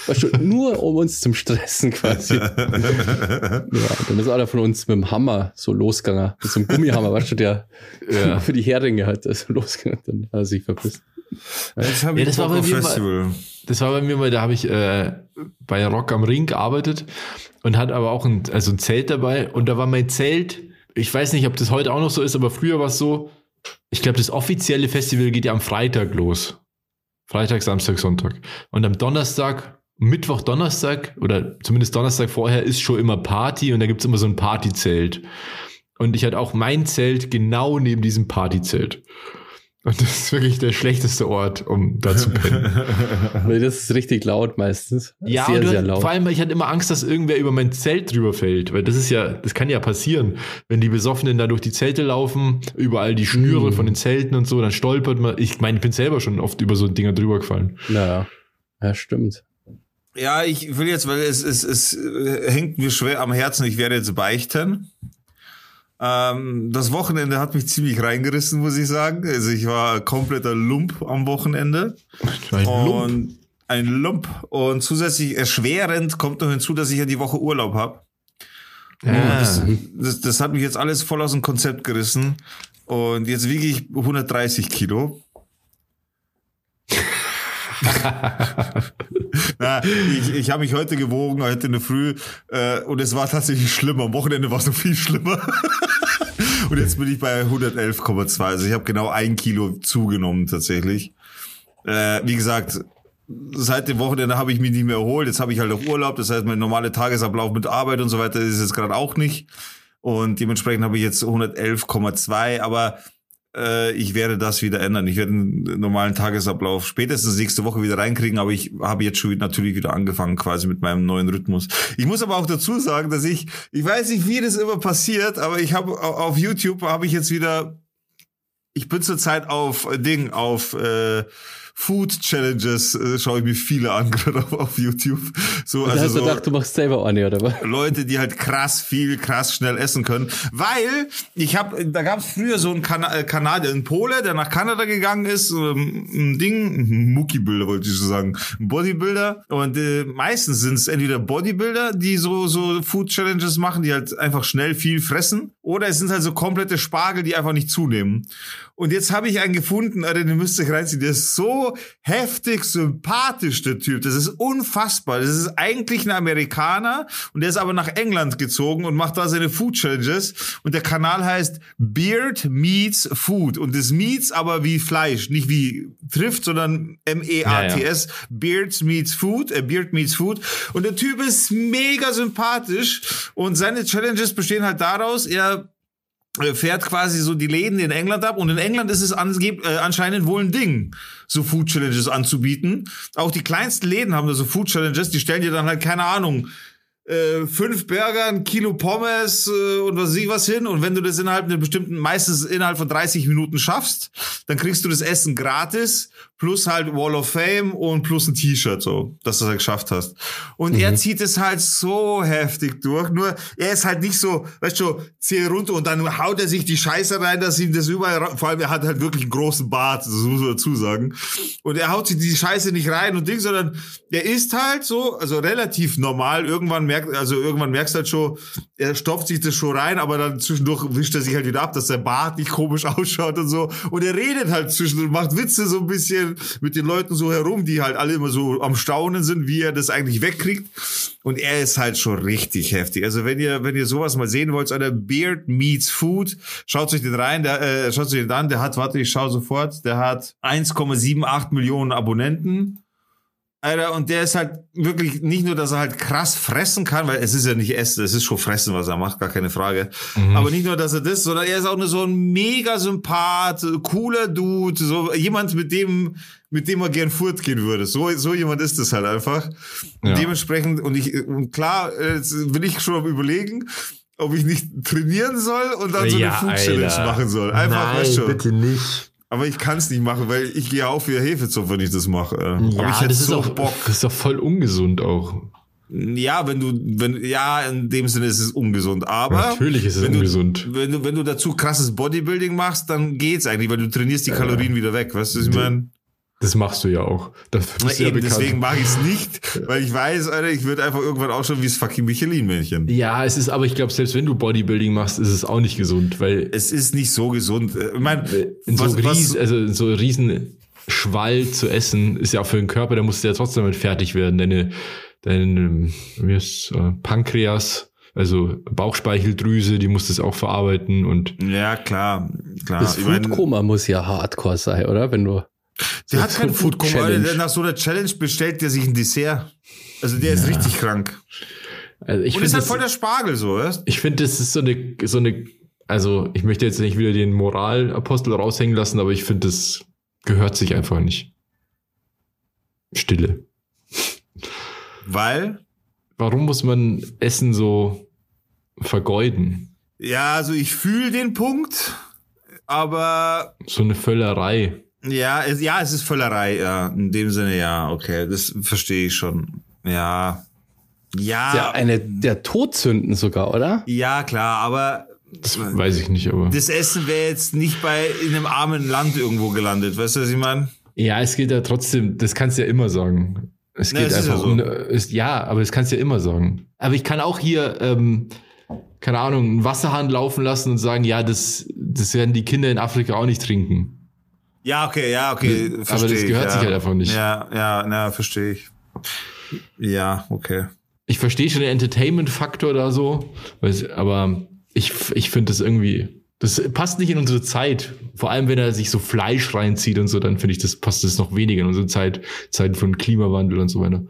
Weißt du, nur um uns zum Stressen quasi. Ja, dann ist einer von uns mit dem Hammer so losgegangen. Mit so einem Gummihammer, weißt du, der für die Heringe halt so losgegangen. Dann hat er sich verpisst. Das war bei mir mal, da habe ich bei Rock am Ring gearbeitet und hatte aber auch ein Zelt dabei. Und da war mein Zelt, ich weiß nicht, ob das heute auch noch so ist, aber früher war es so, ich glaube, das offizielle Festival geht ja am Freitag los. Freitag, Samstag, Sonntag. Und am Donnerstag, Mittwoch, Donnerstag oder zumindest Donnerstag vorher ist schon immer Party und da gibt es immer so ein Partyzelt. Und ich hatte auch mein Zelt genau neben diesem Partyzelt. Und das ist wirklich der schlechteste Ort, um da zu pennen. Weil das ist richtig laut meistens. Ja, sehr laut. Vor allem, ich hatte immer Angst, dass irgendwer über mein Zelt drüber fällt. Weil das kann ja passieren. Wenn die Besoffenen da durch die Zelte laufen, überall die Schnüre von den Zelten und so, dann stolpert man. Ich meine, ich bin selber schon oft über so Dinger drüber gefallen. Ja, stimmt. Ja, ich will jetzt, weil es hängt mir schwer am Herzen, ich werde jetzt beichten. Das Wochenende hat mich ziemlich reingerissen, muss ich sagen. Also ich war kompletter Lump am Wochenende. Ein Lump. Und zusätzlich erschwerend kommt noch hinzu, dass ich ja die Woche Urlaub habe. Das hat mich jetzt alles voll aus dem Konzept gerissen. Und jetzt wiege ich 130 Kilo. Ich habe mich heute gewogen, heute in der Früh, und es war tatsächlich schlimmer. Am Wochenende war es noch viel schlimmer. Und jetzt bin ich bei 111,2. Also ich habe genau 1 Kilo zugenommen tatsächlich. Wie gesagt, seit dem Wochenende habe ich mich nicht mehr erholt. Jetzt habe ich halt auch Urlaub. Das heißt, mein normaler Tagesablauf mit Arbeit und so weiter ist jetzt gerade auch nicht. Und dementsprechend habe ich jetzt 111,2. Aber ich werde das wieder ändern. Ich werde einen normalen Tagesablauf spätestens nächste Woche wieder reinkriegen, aber ich habe jetzt schon natürlich wieder angefangen quasi mit meinem neuen Rhythmus. Ich muss aber auch dazu sagen, dass ich weiß nicht, wie das immer passiert, aber ich habe auf YouTube ich bin zurzeit auf Food Challenges, schaue ich mir viele an, gerade auf YouTube. So, also hast du gedacht, du machst selber eine, oder was? Leute, die halt krass schnell essen können. Weil, da gab es früher so einen Kanadier, einen Pole, der nach Kanada gegangen ist, ein Muckibuilder wollte ich so sagen, ein Bodybuilder. Und meistens sind es entweder Bodybuilder, die so Food Challenges machen, die halt einfach schnell viel fressen, oder es sind halt so komplette Spargel, die einfach nicht zunehmen. Und jetzt habe ich einen gefunden, den müsst ihr euch reinziehen, der ist so heftig sympathisch, der Typ. Das ist unfassbar. Das ist eigentlich ein Amerikaner und der ist aber nach England gezogen und macht da seine Food Challenges. Und der Kanal heißt Beard Meats Food. Und das Meats aber wie Fleisch, nicht wie trifft, sondern M-E-A-T-S. Ja. Beard Meats Food. Und der Typ ist mega sympathisch und seine Challenges bestehen halt daraus, er fährt quasi so die Läden in England ab und in England ist es anscheinend wohl ein Ding, so Food Challenges anzubieten. Auch die kleinsten Läden haben da so Food Challenges, die stellen dir dann halt, keine Ahnung, 5 Burger, 1 Kilo Pommes und was weiß ich was hin. Und wenn du das meistens innerhalb von 30 Minuten schaffst, dann kriegst du das Essen gratis, plus halt Wall of Fame und plus ein T-Shirt, so, dass du das halt geschafft hast. Und er zieht es halt so heftig durch. Nur, er ist halt nicht so, weißt du, zähl runter und dann haut er sich die Scheiße rein, dass ihm das überall, vor allem er hat halt wirklich einen großen Bart, das muss man dazu sagen. Und er haut sich die Scheiße nicht rein und Ding, sondern er isst halt so, also relativ normal. Irgendwann merkst du halt schon, er stopft sich das schon rein, aber dann zwischendurch wischt er sich halt wieder ab, dass der Bart nicht komisch ausschaut und so. Und er redet halt zwischendurch, macht Witze so ein bisschen mit den Leuten so herum, die halt alle immer so am Staunen sind, wie er das eigentlich wegkriegt. Und er ist halt schon richtig heftig. Also wenn ihr sowas mal sehen wollt, so einer Beard Meats Food, schaut euch den an, der hat, ich schaue sofort, der hat 1,78 Millionen Abonnenten. Alter, und der ist halt wirklich nicht nur, dass er halt krass fressen kann, weil es ist ja nicht Essen, es ist schon Fressen, was er macht, gar keine Frage. Aber nicht nur, dass er das, sondern er ist auch nur so ein mega Sympath, cooler Dude, so jemand, mit dem man gern fortgehen würde. So jemand ist es halt einfach. Ja. Und dementsprechend, und klar, will ich schon überlegen, ob ich nicht trainieren soll und dann so eine Food Challenge machen soll. Einfach, weißt du. Bitte nicht. Aber ich kann es nicht machen, weil ich gehe auch für Hefezopf, wenn ich das mache. Ja, aber ich hätte so Bock. Das ist doch voll ungesund auch. Ja, in dem Sinne ist es ungesund. Aber natürlich ist es ungesund. Wenn du dazu krasses Bodybuilding machst, dann geht's eigentlich, weil du trainierst die Kalorien wieder weg. Weißt du, was ich meine? Das machst du ja auch. Dafür bist du ja bekannt. Deswegen mache ich es nicht, weil ich weiß, Alter, ich würde einfach irgendwann auch schon wie das fucking Michelin-Männchen. Ja, es ist, aber ich glaube, selbst wenn du Bodybuilding machst, ist es auch nicht gesund, weil es ist nicht so gesund. Ich meine, so riesen Schwall zu essen ist ja auch für den Körper, da musst du ja trotzdem damit fertig werden. Deine Pankreas, also Bauchspeicheldrüse, die muss das auch verarbeiten und. Ja, klar. Das Foodkoma muss ja hardcore sein, oder? Wenn du. Der hat kein Foodkoma, nach so einer Challenge bestellt der sich ein Dessert. Also der ist richtig krank. Also und ist halt voll der Spargel so, weißt? Ich finde, das ist so eine, also ich möchte jetzt nicht wieder den Moralapostel raushängen lassen, aber ich finde, das gehört sich einfach nicht. Stille. Weil? Warum muss man Essen so vergeuden? Ja, also ich fühle den Punkt, aber... So eine Völlerei. Ja, es ist Völlerei, ja. In dem Sinne, ja, okay, das verstehe ich schon. Ja. Ja, eine der Todsünden sogar, oder? Ja, klar, aber... Das weiß ich nicht, aber... Das Essen wäre jetzt nicht in einem armen Land irgendwo gelandet, weißt du, was ich meine? Ja, es geht ja trotzdem, das kannst du ja immer sagen. Es geht einfach aber das kannst du ja immer sagen. Aber ich kann auch hier, keine Ahnung, einen Wasserhahn laufen lassen und sagen, ja, das werden die Kinder in Afrika auch nicht trinken. Ja, okay, aber das gehört sich halt einfach nicht. Ja, verstehe ich. Ja, okay. Ich verstehe schon den Entertainment-Faktor da so, aber ich finde das irgendwie, das passt nicht in unsere Zeit. Vor allem, wenn er sich so Fleisch reinzieht und so, dann finde ich, passt das noch weniger in unsere Zeiten von Klimawandel und so weiter.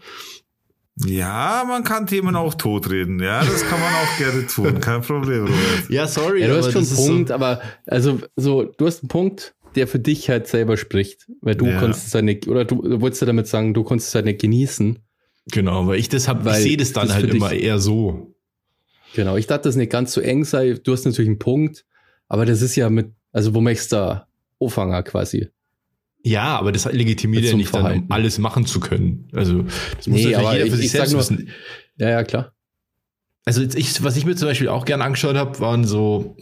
Ja, man kann Themen auch totreden. Ja, das kann man auch gerne tun. Kein Problem, Robert. Ja, sorry. Ja, du hast schon einen Punkt, aber also du hast einen Punkt, der für dich halt selber spricht. Weil du konntest es halt nicht, oder du wolltest ja damit sagen, du konntest es halt nicht genießen. Genau, weil ich sehe das dann halt immer eher so. Genau, ich dachte, das nicht ganz so eng sei. Du hast natürlich einen Punkt, aber das ist ja wo möchtest du da anfangen quasi? Ja, aber das legitimiert ja nicht dann, um alles machen zu können. Also, das muss natürlich jeder für sich selbst wissen. Ja, klar. Also was ich mir zum Beispiel auch gern angeschaut habe, waren so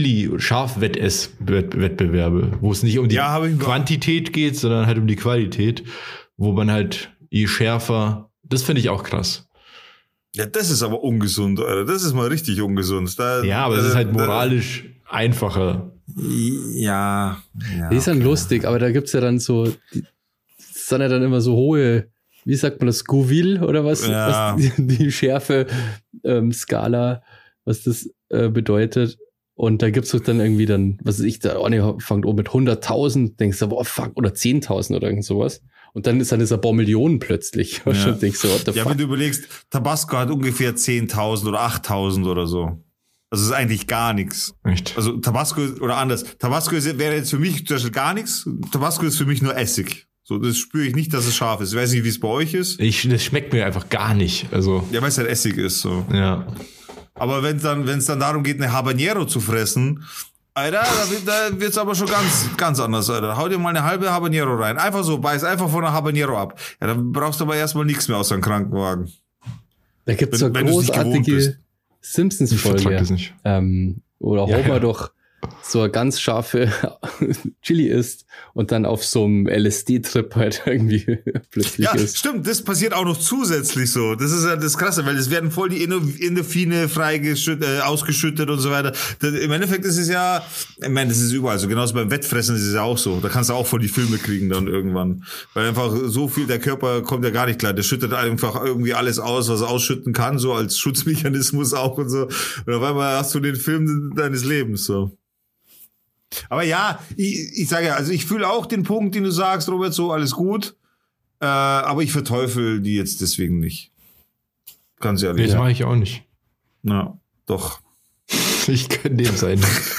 Chili-Scharf-Wettbewerbe, wo es nicht um die Quantität geht, sondern halt um die Qualität, wo man halt je schärfer, das finde ich auch krass. Ja, das ist aber ungesund, Alter. Das ist mal richtig ungesund. Aber es ist halt moralisch einfacher. Ja. Die ist dann lustig, aber da gibt's ja dann so, das sind ja dann immer so hohe, wie sagt man das, Scoville oder was? Ja. Was die Schärfe Skala, was das bedeutet. Und da gibt's doch dann irgendwie dann, was weiß ich, da fängt mit 100.000, denkst du, boah, fuck, oder 10.000 oder irgend sowas. Und dann ist er paar Millionen plötzlich. Ja. Und denkst du, what the fuck? Wenn du überlegst, Tabasco hat ungefähr 10.000 oder 8.000 oder so. Also ist eigentlich gar nichts. Echt? Also Tabasco oder anders. Tabasco wäre jetzt für mich zum Beispiel gar nichts. Tabasco ist für mich nur Essig. So, das spüre ich nicht, dass es scharf ist. Ich weiß nicht, wie es bei euch ist. Das schmeckt mir einfach gar nicht. Also. Ja, weil es halt Essig ist, so. Ja. Aber wenn es dann darum geht, eine Habanero zu fressen, Alter, da wird's aber schon ganz anders, Alter. Hau dir mal eine halbe Habanero rein. Einfach so, beiß einfach von der Habanero ab. Ja, dann brauchst du aber erstmal nichts mehr außer einem Krankenwagen. Da gibt's so großartige Simpsons-Folge. Oder Homer doch so eine ganz scharfe Chili isst und dann auf so einem LSD-Trip halt irgendwie plötzlich ist. Ja, stimmt, das passiert auch noch zusätzlich so. Das ist ja das Krasse, weil es werden voll die Endorphine ausgeschüttet und so weiter. Im Endeffekt ist es ja, ich meine, das ist überall so. Genauso beim Wettfressen ist es ja auch so. Da kannst du auch voll die Filme kriegen dann irgendwann. Weil einfach so viel, der Körper kommt ja gar nicht klar. Der schüttet einfach irgendwie alles aus, was er ausschütten kann, so als Schutzmechanismus auch und so. Und auf einmal hast du den Film deines Lebens, so. Aber ja, ich sage ja, also ich fühle auch den Punkt, den du sagst, Robert, so alles gut, aber ich verteufel die jetzt deswegen nicht. Ganz ehrlich. Das mache ich auch nicht. Na, doch. Ich gönne dem sein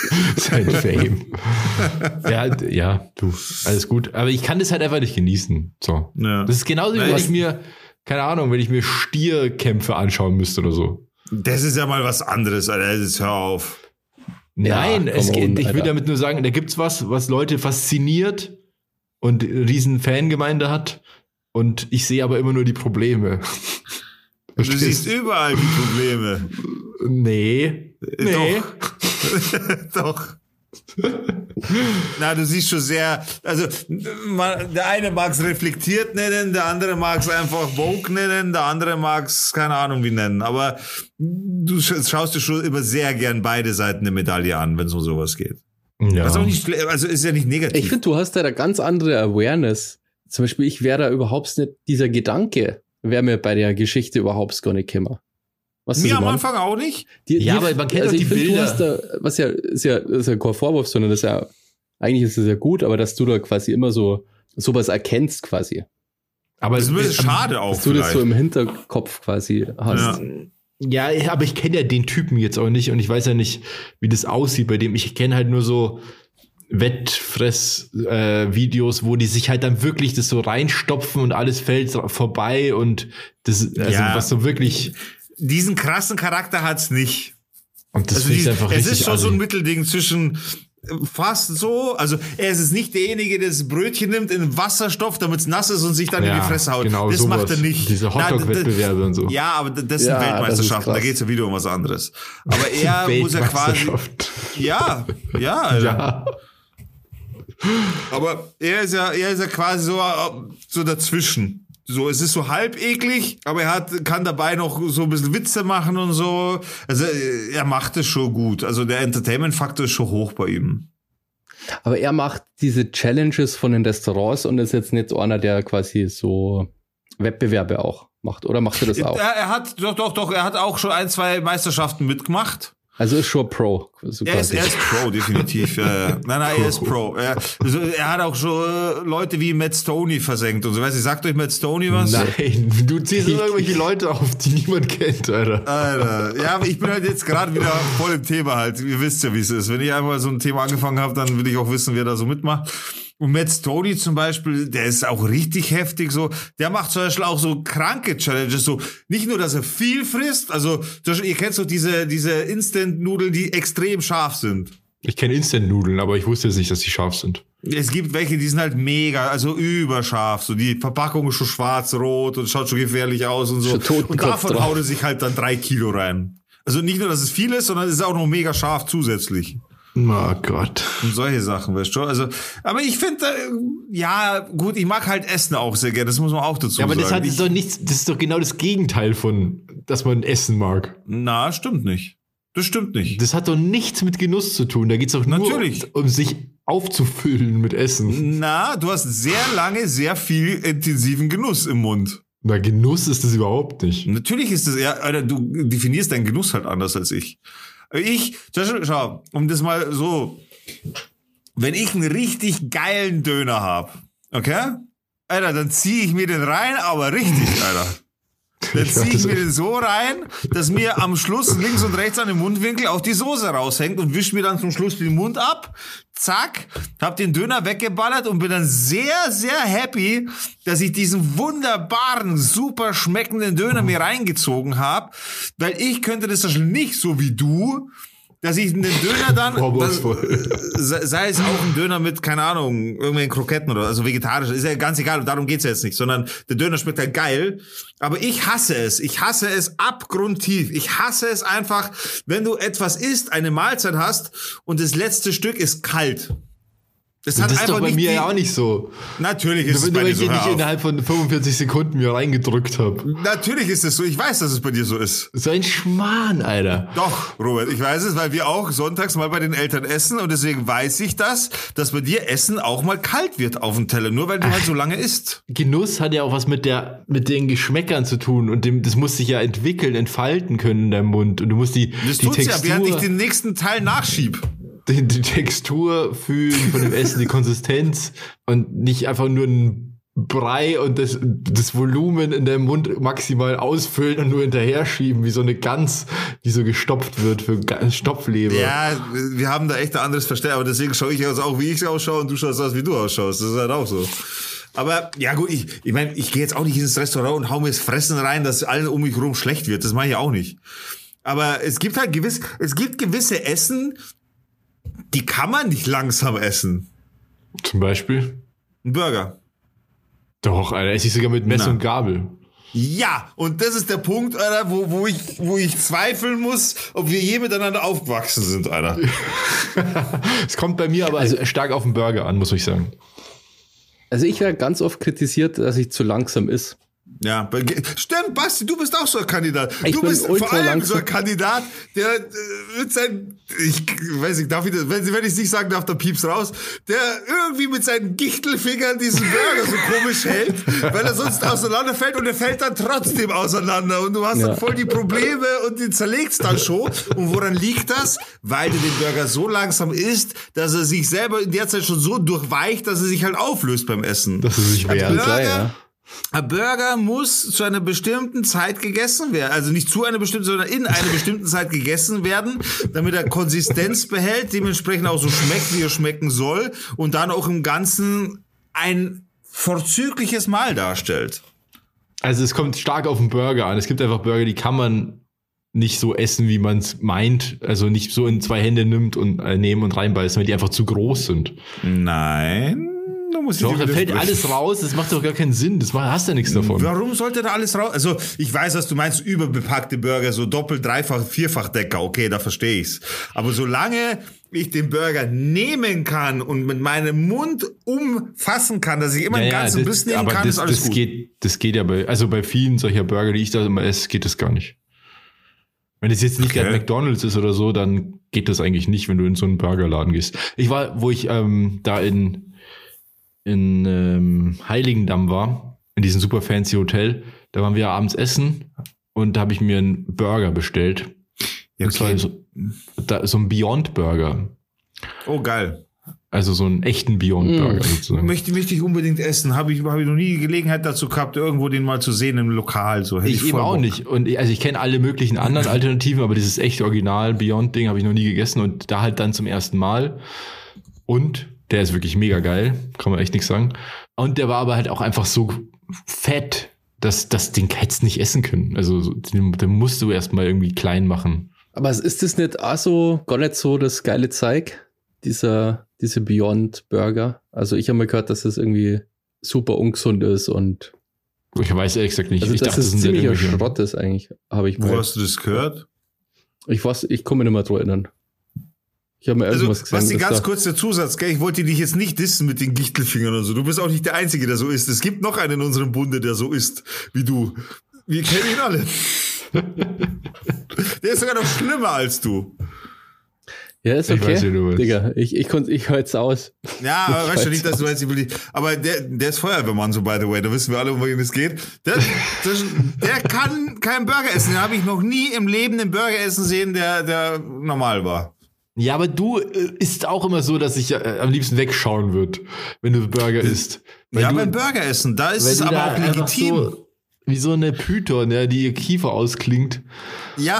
Fame. Ja, du, alles gut. Aber ich kann das halt einfach nicht genießen. So. Ja. Das ist genauso, wie wenn ich mir, keine Ahnung, wenn ich mir Stierkämpfe anschauen müsste oder so. Das ist ja mal was anderes, Alter. Jetzt hör auf. Nein, ich will damit nur sagen, da gibt's was Leute fasziniert und riesen Fangemeinde hat und ich sehe aber immer nur die Probleme. Du siehst überall die Probleme. Nee. Doch. Na, du siehst schon sehr, also der eine mag es reflektiert nennen, der andere mag es einfach Vogue nennen, der andere mag es keine Ahnung wie nennen, aber du schaust dir schon immer sehr gern beide Seiten der Medaille an, wenn es um sowas geht. Ja. Was auch nicht, also ist ja nicht negativ. Ich finde, du hast da eine ganz andere Awareness. Zum Beispiel, ich wäre da überhaupt nicht, dieser Gedanke wäre mir bei der Geschichte überhaupt gar nicht gekommen. Mir am Anfang auch nicht. Aber man kennt also doch die Bilder. Du hast da, was ja, ist ja kein Vorwurf, sondern das ist ja, eigentlich ist es ja gut, aber dass du da quasi immer so, sowas erkennst quasi. Aber es ist schade auch. Dass du das so im Hinterkopf quasi hast. Ja, aber ich kenne ja den Typen jetzt auch nicht und ich weiß ja nicht, wie das aussieht bei dem. Ich kenne halt nur so Wettfress-Videos, wo die sich halt dann wirklich das so reinstopfen und alles fällt vorbei und das, also was so wirklich... Diesen krassen Charakter hat's nicht. Und das ist einfach richtig. Es ist schon so ein Mittelding zwischen fast so, also er ist nicht derjenige, der das Brötchen nimmt in Wasserstoff, damit es nass ist und sich dann in die Fresse haut. Genau, das sowas. Macht er nicht. Diese Hotdog-Wettbewerbe und so. Ja, aber das sind Weltmeisterschaften, da geht's ja wieder um was anderes. Aber er muss ja quasi... Ja, Alter. Ja. Aber er ist ja quasi so dazwischen. So, es ist so halb eklig, aber er kann dabei noch so ein bisschen Witze machen und so. Also er macht es schon gut. Also der Entertainment-Faktor ist schon hoch bei ihm. Aber er macht diese Challenges von den Restaurants und ist jetzt nicht einer, der quasi so Wettbewerbe auch macht. Oder macht er das auch? Er hat doch, er hat auch schon 1-2 Meisterschaften mitgemacht. Also ist schon Pro. So er ist Pro, definitiv. Nein, er ist Pro. Er hat auch schon Leute wie Matt Stoney versenkt und so. Weißt du, sagt euch Matt Stoney was? Nein, du ziehst irgendwelche Leute auf, die niemand kennt, Alter. Ja, aber ich bin halt jetzt gerade wieder voll im Thema halt. Ihr wisst ja, wie es ist. Wenn ich einmal so ein Thema angefangen habe, dann will ich auch wissen, wer da so mitmacht. Und Matt Stoney zum Beispiel, der ist auch richtig heftig so. Der macht zum Beispiel auch so kranke Challenges, so nicht nur, dass er viel frisst, also zum Beispiel, ihr kennt so diese Instant-Nudeln, die extrem scharf sind. Ich kenne Instant-Nudeln, aber ich wusste jetzt nicht, dass die scharf sind. Es gibt welche, die sind halt mega, also überscharf, so die Verpackung ist schon schwarz-rot und schaut schon gefährlich aus und so. Und davon haut er sich halt dann 3 Kilo rein. Also nicht nur, dass es viel ist, sondern es ist auch noch mega scharf zusätzlich. Oh Gott. Und solche Sachen, weißt du? Also, aber ich finde, ja, gut, ich mag halt Essen auch sehr gerne, das muss man auch dazu sagen. Ja, aber das ist doch genau das Gegenteil von, dass man Essen mag. Na, stimmt nicht. Das stimmt nicht. Das hat doch nichts mit Genuss zu tun. Da geht's doch nur um sich aufzufüllen mit Essen. Na, du hast sehr lange, sehr viel intensiven Genuss im Mund. Na, Genuss ist das überhaupt nicht. Natürlich ist das, ja, Alter, du definierst deinen Genuss halt anders als ich. Schau, um das mal so, wenn ich einen richtig geilen Döner hab, okay? Alter, dann zieh ich mir den rein, aber richtig, Alter. Dann zieh ich mir den so rein, dass mir am Schluss links und rechts an dem Mundwinkel auch die Soße raushängt und wisch mir dann zum Schluss den Mund ab. Zack, hab den Döner weggeballert und bin dann sehr, sehr happy, dass ich diesen wunderbaren, super schmeckenden Döner mir reingezogen habe, weil ich könnte das nicht so wie du, dass ich den Döner dann, sei es auch ein Döner mit, keine Ahnung, irgendwelchen Kroketten oder, also vegetarisch, ist ja ganz egal, darum geht's ja jetzt nicht, sondern der Döner schmeckt halt geil, aber ich hasse es abgrundtief, ich hasse es einfach, wenn du etwas isst, eine Mahlzeit hast und das letzte Stück ist kalt. Das ist doch bei mir ja auch nicht so. Natürlich ist es bei dir so. Wenn ich nicht innerhalb von 45 Sekunden mir reingedrückt habe. Natürlich ist es so. Ich weiß, dass es bei dir so ist. So ein Schmarrn, Alter. Doch, Robert, ich weiß es, weil wir auch sonntags mal bei den Eltern essen und deswegen weiß ich das, dass bei dir Essen auch mal kalt wird auf dem Teller, nur weil du halt so lange isst. Genuss hat ja auch was mit den Geschmäckern zu tun und das muss sich ja entwickeln, entfalten können in deinem Mund und du musst die Textur... Das tut's ja, während ich den nächsten Teil nachschieb. Die Textur fühlen von dem Essen, die Konsistenz und nicht einfach nur ein Brei und das Volumen in deinem Mund maximal ausfüllen und nur hinterher schieben, wie so eine Gans, die so gestopft wird für Stopfleber. Ja, wir haben da echt ein anderes Verständnis, aber deswegen schaue ich aus auch, wie ich ausschaue und du schaust aus, wie du ausschaust. Das ist halt auch so. Aber ja gut, ich meine, ich gehe jetzt auch nicht ins Restaurant und hau mir das Fressen rein, dass allen um mich herum schlecht wird. Das mache ich auch nicht. Aber es gibt halt gewisse Essen, die kann man nicht langsam essen. Zum Beispiel? Ein Burger. Doch, Alter, esse ich sogar mit Messer und Gabel. Ja, und das ist der Punkt, Alter, wo ich zweifeln muss, ob wir je miteinander aufgewachsen sind, Alter. Es kommt bei mir aber stark auf den Burger an, muss ich sagen. Also ich werde ganz oft kritisiert, dass ich zu langsam ist. Ja, stimmt, Basti, du bist auch so ein Kandidat. Ich du bin bist ultra vor allem langsam. so ein Kandidat, der mit seinen, ich weiß nicht, darf ich das, wenn ich es nicht sagen darf, dann pieps raus, der irgendwie mit seinen Gichtelfingern diesen Burger so komisch hält, weil er sonst auseinanderfällt und er fällt dann trotzdem auseinander und du hast dann voll die Probleme und den zerlegst dann schon. Und woran liegt das? Weil du den Burger so langsam isst, dass er sich selber in der Zeit schon so durchweicht, dass er sich halt auflöst beim Essen. Das ist nicht wert. Ein Burger muss zu einer bestimmten Zeit gegessen werden. Also nicht zu einer bestimmten, sondern in einer bestimmten Zeit gegessen werden, damit er Konsistenz behält, dementsprechend auch so schmeckt, wie er schmecken soll und dann auch im Ganzen ein vorzügliches Mahl darstellt. Also es kommt stark auf den Burger an. Es gibt einfach Burger, die kann man nicht so essen, wie man es meint. Also nicht so in 2 Hände nimmt und nehmen und reinbeißen, weil die einfach zu groß sind. Nein. Doch, da fällt alles raus, das macht doch gar keinen Sinn, hast ja nichts davon. Warum sollte da alles raus? Also, ich weiß, was du meinst, überbepackte Burger, so doppelt, dreifach, vierfach Decker, okay, da verstehe ich's. Aber solange ich den Burger nehmen kann und mit meinem Mund umfassen kann, dass ich immer einen ganzen Biss nehmen kann, ist alles gut. Das geht ja bei vielen solcher Burger, die ich da immer esse, geht das gar nicht. Wenn es jetzt nicht gerade McDonald's ist oder so, dann geht das eigentlich nicht, wenn du in so einen Burgerladen gehst. Ich war, wo ich da in Heiligendamm war, in diesem super fancy Hotel, da waren wir abends essen und da habe ich mir einen Burger bestellt. Ja, okay. Und zwar so ein Beyond Burger. Oh, geil. Also so einen echten Beyond Burger sozusagen. Möchte ich unbedingt essen. Habe ich noch nie die Gelegenheit dazu gehabt, irgendwo den mal zu sehen im Lokal. So. Ich eben auch nicht. Und ich kenne alle möglichen anderen Alternativen, aber dieses echte Original Beyond Ding habe ich noch nie gegessen und da halt dann zum ersten Mal. Und der ist wirklich mega geil, kann man echt nichts sagen. Und der war aber halt auch einfach so fett, dass das Ding hättest nicht essen können. Also den musst du erstmal irgendwie klein machen. Aber ist das nicht auch so gar nicht so das geile Zeug, diese Beyond Burger? Also ich habe mal gehört, dass das irgendwie super ungesund ist und ich weiß ehrlich gesagt nicht. Also ich dachte, das ist ziemlicher Schrott ist eigentlich, habe ich mal. Wo hast du das gehört? Ich kann mich nicht mehr dran erinnern. Ich habe mir irgendwas gesehen. Was die ganz kurz der Zusatz, gell? Ich wollte dich jetzt nicht dissen mit den Gichtelfingern und so. Du bist auch nicht der Einzige, der so ist. Es gibt noch einen in unserem Bunde, der so ist wie du. Wir kennen ihn alle. Der ist sogar noch schlimmer als du. Ja, ist okay. Ich weiß, wie du willst. Digga, ich höre jetzt aus. Ja, aber weißt du nicht, dass du jetzt aber der ist Feuerwehrmann, so by the way. Da wissen wir alle, um wen es geht. Der kann keinen Burger essen. Den habe ich noch nie im Leben einen Burger essen sehen, der normal war. Ja, aber du isst auch immer so, dass ich am liebsten wegschauen würde, wenn du Burger isst. Ja, beim Burger essen, da ist es aber auch legitim. So, wie so eine Python, ja, die ihr Kiefer ausklingt. Ja.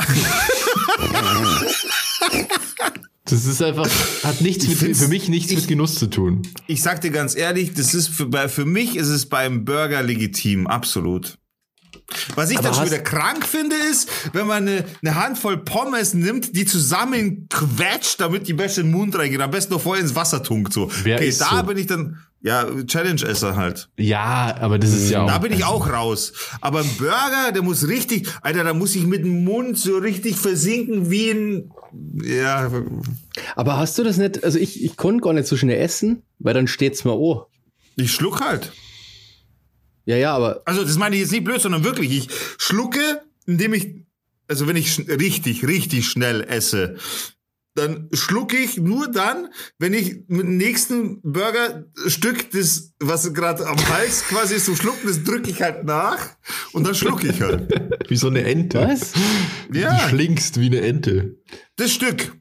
Das ist einfach, hat nichts für mich nichts mit Genuss zu tun. Ich sag dir ganz ehrlich, das ist für mich ist es beim Burger legitim, absolut. Was ich dann schon wieder krank finde, ist, wenn man eine Handvoll Pommes nimmt, die zusammen quetscht, damit die besser in den Mund reingehen. Am besten noch vorher ins Wasser tunkt. So. Okay, da so? Bin ich dann, ja, Challenge-Esser halt. Ja, aber das ist ja auch. Da bin ich auch raus. Aber ein Burger, der muss richtig, Alter, da muss ich mit dem Mund so richtig versinken wie ein, ja. Aber hast du das nicht, also ich konnte gar nicht so schnell essen, weil dann steht's mir an. Ich schluck halt. Ja, aber. Also, das meine ich jetzt nicht blöd, sondern wirklich. Ich schlucke, indem also wenn ich richtig schnell esse, dann schlucke ich nur dann, wenn ich mit dem nächsten Burgerstück, das, was gerade am Hals quasi ist, so schlucken, das drücke ich halt nach und dann schlucke ich halt. Wie so eine Ente. Was? Ja. Du schlingst wie eine Ente. Das Stück.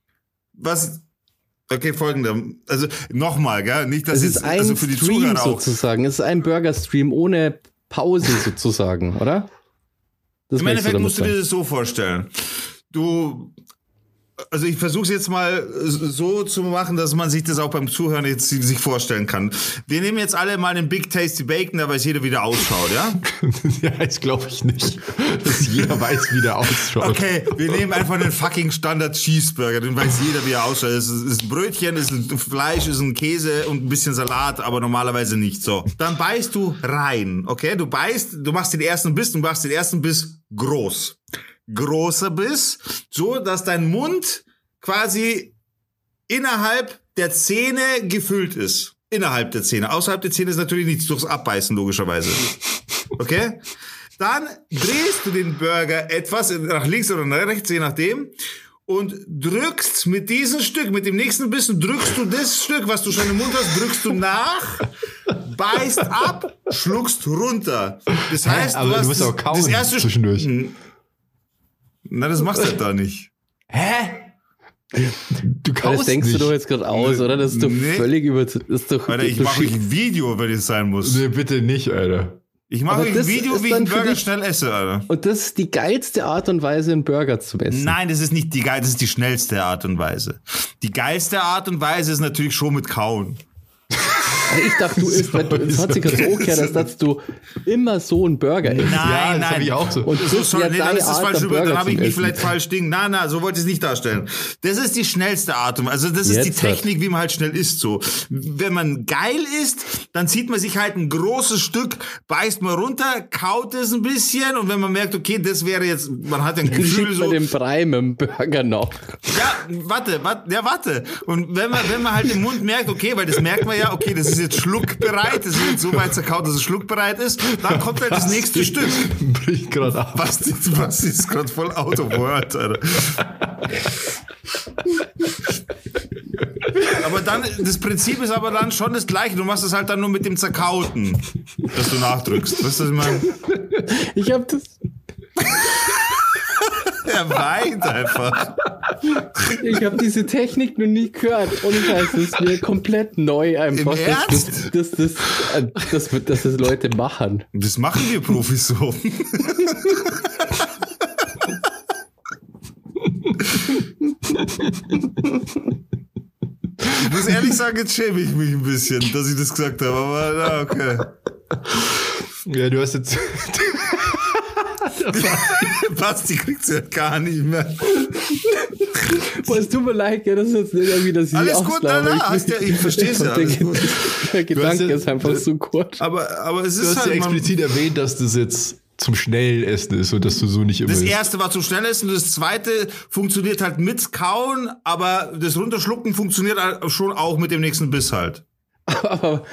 Okay, folgender. Also nochmal, gell? Nicht, dass es ist ein also für die Stream Zuhörer auch. sozusagen. Es ist ein Burger-Stream ohne Pause sozusagen, oder? Im Endeffekt musst du dir das so vorstellen. Du also ich versuche es jetzt mal so zu machen, dass man sich das auch beim Zuhören jetzt sich vorstellen kann. Wir nehmen jetzt alle mal einen Big Tasty Bacon, da weiß jeder, wie der ausschaut, ja? Ja, das glaube ich nicht, dass jeder weiß, wie der ausschaut. Okay, wir nehmen einfach einen fucking Standard Cheeseburger, den weiß jeder, wie er ausschaut. Es ist ein Brötchen, es ist ein Fleisch, es ist ein Käse und ein bisschen Salat, aber normalerweise nicht so. Dann beißt du rein, okay? Du machst den ersten Biss groß. Großer Biss, so dass dein Mund quasi innerhalb der Zähne gefüllt ist. Innerhalb der Zähne. Außerhalb der Zähne ist natürlich nichts, durchs Abbeißen logischerweise. Okay? Dann drehst du den Burger etwas nach links oder nach rechts, je nachdem, und drückst mit diesem Stück, mit dem nächsten Bissen, drückst du das Stück, was du schon im Mund hast, drückst du nach, beißt ab, schluckst runter. Das heißt, aber du musst auch kauen das erste zwischendurch. Na, das machst du halt da nicht. Hä? Du Das kaust denkst nicht. du doch jetzt gerade aus, oder? Das ist doch völlig Alter, ich mache ein Video, wenn es sein muss. Nee, bitte nicht, Alter. Ich mache ein Video, wie ich einen Burger schnell esse, Alter. Und das ist die geilste Art und Weise, einen Burger zu essen. Nein, das ist nicht das ist die schnellste Art und Weise. Die geilste Art und Weise ist natürlich schon mit Kauen. Ich dachte, du isst, weil das hat sich gerade so umgekehrt, dass du immer so einen Burger isst. Ja, das habe ich auch so. Und das ist Sorry, ja dann ist das Art, falsch der über, dann Burger habe ich zum mich Essen. vielleicht falsch ding. Na, so wollte ich es nicht darstellen. Das ist die schnellste Art und Weise. Also das ist Jetzt die Technik, wie man halt schnell isst so. Wenn man geil isst, dann zieht man sich halt ein großes Stück, beißt mal runter, kaut es ein bisschen und wenn man merkt, okay, das wäre jetzt, man hat ein Dann Gefühl schiebt so. man den Brei mit dem Burger noch. Ja, warte. Und wenn man halt im Mund merkt, okay, weil das merkt man ja, okay, das ist jetzt schluckbereit, das ist jetzt so weit zerkaut, dass es schluckbereit ist, dann kommt halt das nächste Stück. Bricht gerade ab. Was ist gerade voll out of word, Alter. Aber dann, das Prinzip ist aber dann schon das gleiche. Du machst es halt dann nur mit dem Zerkauten, dass du nachdrückst. Weißt du, was ich meine? Ich hab das. Er weint einfach. Ich habe diese Technik noch nie gehört. Und das ist mir komplett neu einfach. Im Ernst? Dass das Leute machen. Das machen wir Profis so. Ich muss ehrlich sagen, jetzt schäme ich mich ein bisschen, dass ich das gesagt habe. Aber na, okay. Ja, du hast jetzt... Basti kriegt's ja gar nicht mehr. Boah, es tut mir leid, ja, das ist jetzt nicht irgendwie, dass ich Alles gut, ich verstehe es ja. Alles gut. Der Gedanke ist einfach so kurz. Aber es Du ist hast ja halt, explizit erwähnt, dass das jetzt zum Schnellessen ist und dass du so nicht immer das isst. erste war zum Schnellessen, das zweite funktioniert halt mit Kauen, aber das Runterschlucken funktioniert halt schon auch mit dem nächsten Biss halt. Aber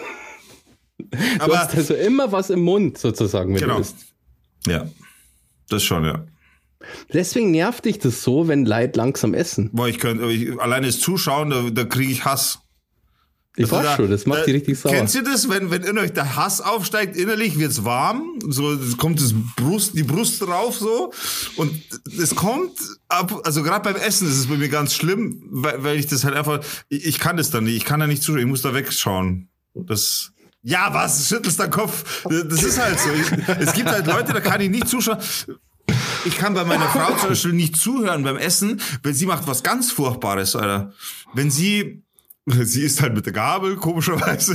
du hast also immer was im Mund, sozusagen, wenn Genau. du isst. Ja, das schon, ja. Deswegen nervt dich das so, wenn Leute langsam essen. Boah, alleine das Zuschauen, da kriege ich Hass. Ich weiß schon, das macht die richtig sauer. Kennst du das, wenn in euch der Hass aufsteigt, innerlich wird's warm, so kommt die Brust drauf so und es kommt ab, also gerade beim Essen ist es bei mir ganz schlimm, weil ich das halt einfach, ich kann das dann nicht, ich kann da nicht zuschauen, ich muss da wegschauen. Ja, was? Schüttelst deinen Kopf? Das ist halt so. Es gibt halt Leute, da kann ich nicht zuschauen. Ich kann bei meiner Frau zum Beispiel nicht zuhören beim Essen, wenn sie macht was ganz Furchtbares, Alter. Wenn sie isst halt mit der Gabel, komischerweise.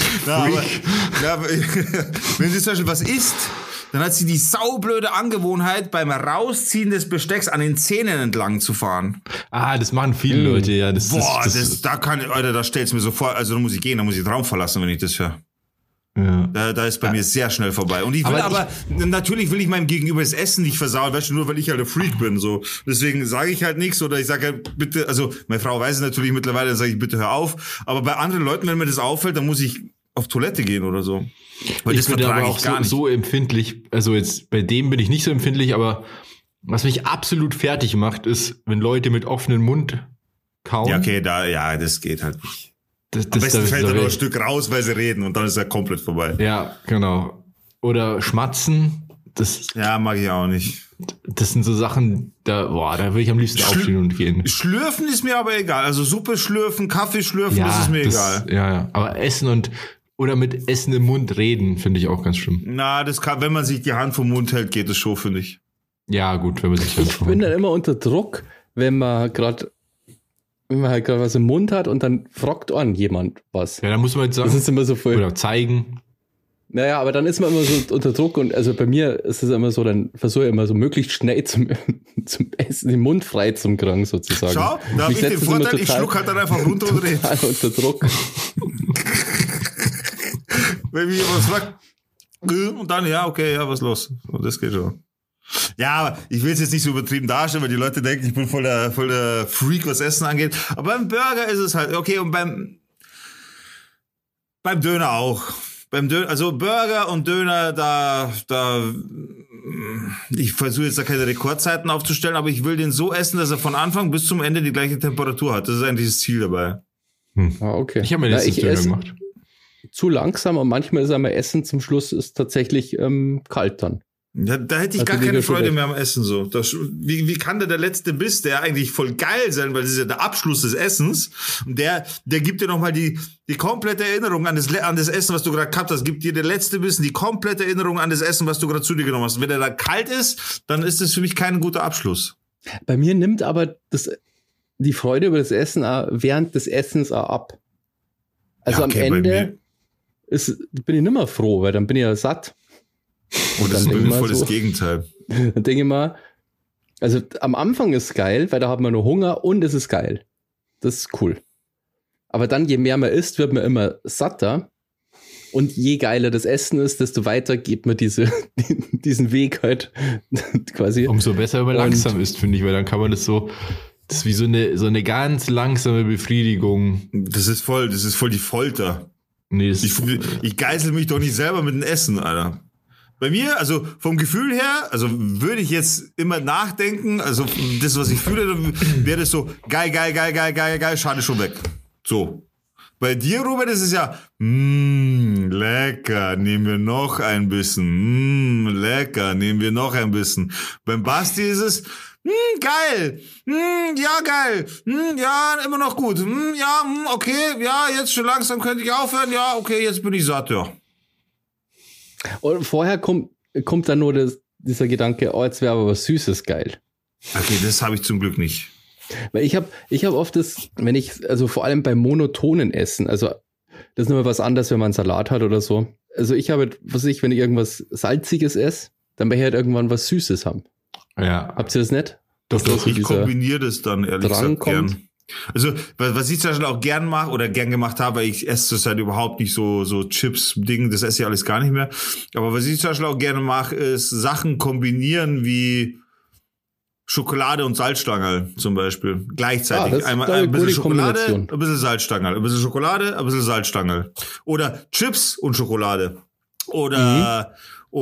Wenn sie zum Beispiel was isst, dann hat sie die saublöde Angewohnheit, beim Rausziehen des Bestecks an den Zähnen entlang zu fahren. Ah, das machen viele Leute, ja. Da stellt's mir so vor, also da muss ich gehen, da muss ich den Raum verlassen, wenn ich das höre. Ja. Da ist bei mir sehr schnell vorbei. Und natürlich will ich meinem Gegenüber das Essen nicht versauen, weißt du, nur weil ich halt ein Freak bin, so. Deswegen sage ich halt nichts oder ich sage halt bitte, also meine Frau weiß es natürlich mittlerweile, dann sage ich bitte hör auf. Aber bei anderen Leuten, wenn mir das auffällt, dann muss ich auf Toilette gehen oder so. Weil Ich bin aber auch so empfindlich, also jetzt bei dem bin ich nicht so empfindlich, aber was mich absolut fertig macht, ist, wenn Leute mit offenem Mund kauen. Ja, okay, das geht halt nicht. Das Am besten fällt da nur ein echt. Stück raus, weil sie reden und dann ist er komplett vorbei. Ja, genau. Oder schmatzen, Ja, mag ich auch nicht. das sind so Sachen, da will ich am liebsten aufstehen und gehen. Schlürfen ist mir aber egal. Also Suppe schlürfen, Kaffee schlürfen, das ist mir egal. Ja. Aber Essen oder mit Essen im Mund reden, finde ich auch ganz schlimm. Na, das kann, wenn man sich die Hand vom Mund hält, geht es schon, finde ich. Ja, gut, wenn man sich Ich bin dann immer unter Druck, wenn man halt gerade was im Mund hat und dann fragt an jemand was. Ja, dann muss man jetzt sagen. Das ist immer so voll. Oder zeigen. Naja, aber dann ist man immer so unter Druck und also bei mir ist es immer so, dann versuche ich immer so möglichst schnell zum Essen den Mund frei zum kriegen sozusagen. Schau, da habe ich den Vorteil, ich schluck halt dann einfach runter und rede. Unter Druck. Wenn mich jemand fragt, und dann, ja, okay, ja, was ist los? Und das geht schon. Ja, aber ich will es jetzt nicht so übertrieben darstellen, weil die Leute denken, ich bin voll der Freak, was Essen angeht. Aber beim Burger ist es halt, okay, und beim Döner auch. Beim Döner, also Burger und Döner, ich versuche jetzt da keine Rekordzeiten aufzustellen, aber ich will den so essen, dass er von Anfang bis zum Ende die gleiche Temperatur hat. Das ist eigentlich das Ziel dabei. Ah, okay. Ich habe mir letztens Döner gemacht. Zu langsam und manchmal ist einmal Essen zum Schluss ist tatsächlich kalt dann. Ja, da hätte ich gar keine Freude mehr am Essen so. Wie kann der letzte Biss, der eigentlich voll geil sein, weil das ist ja der Abschluss des Essens, und der gibt dir nochmal die komplette Erinnerung an das Essen, was du gerade gehabt hast, gibt dir der letzte Bissen die komplette Erinnerung an das Essen, was du gerade zu dir genommen hast. Und wenn der da kalt ist, dann ist das für mich kein guter Abschluss. Bei mir nimmt aber die Freude über das Essen auch während des Essens auch ab. Also ja, okay, am Ende bin ich nicht mehr froh, weil dann bin ich ja satt. Und das ist bei mir voll das Gegenteil. Dann denke ich mal, also am Anfang ist es geil, weil da hat man nur Hunger und es ist geil. Das ist cool. Aber dann, je mehr man isst, wird man immer satter. Und je geiler das Essen ist, desto weiter geht man diesen Weg halt quasi. Umso besser, wenn man langsam isst, finde ich, weil dann kann man das ist wie so eine ganz langsame Befriedigung. Das ist voll die Folter. Nee, ich geißel mich doch nicht selber mit dem Essen, Alter. Bei mir, also vom Gefühl her, also würde ich jetzt immer nachdenken, also das, was ich fühle, wäre das so geil, schade, schon weg. So. Bei dir, Robert, ist es ja, lecker, nehmen wir noch ein bisschen, lecker, nehmen wir noch ein bisschen. Beim Basti ist es, geil, ja, geil, ja, immer noch gut, ja, okay, ja, jetzt schon langsam könnte ich aufhören, ja, okay, jetzt bin ich satt, ja. Und vorher kommt dann nur dieser Gedanke, oh, jetzt wäre aber was Süßes geil. Okay, das habe ich zum Glück nicht. Weil ich hab oft also vor allem beim monotonen Essen, also das ist nur was anderes, wenn man einen Salat hat oder so. Also ich habe, wenn ich irgendwas Salziges esse, dann möchte ich halt irgendwann was Süßes haben. Ja. Habt ihr das nicht? Doch, ich kombiniere das dann ehrlich gesagt gern. Also, was ich zum Beispiel auch gern mache oder gern gemacht habe, weil ich esse das halt überhaupt nicht so Chips-Ding, das esse ich alles gar nicht mehr. Aber was ich zum Beispiel auch gerne mache, ist Sachen kombinieren wie Schokolade und Salzstangerl zum Beispiel. Gleichzeitig. Einmal ein bisschen Schokolade, ein bisschen Salzstangerl. Ein bisschen Schokolade, ein bisschen Salzstangerl. Oder Chips und Schokolade. Oder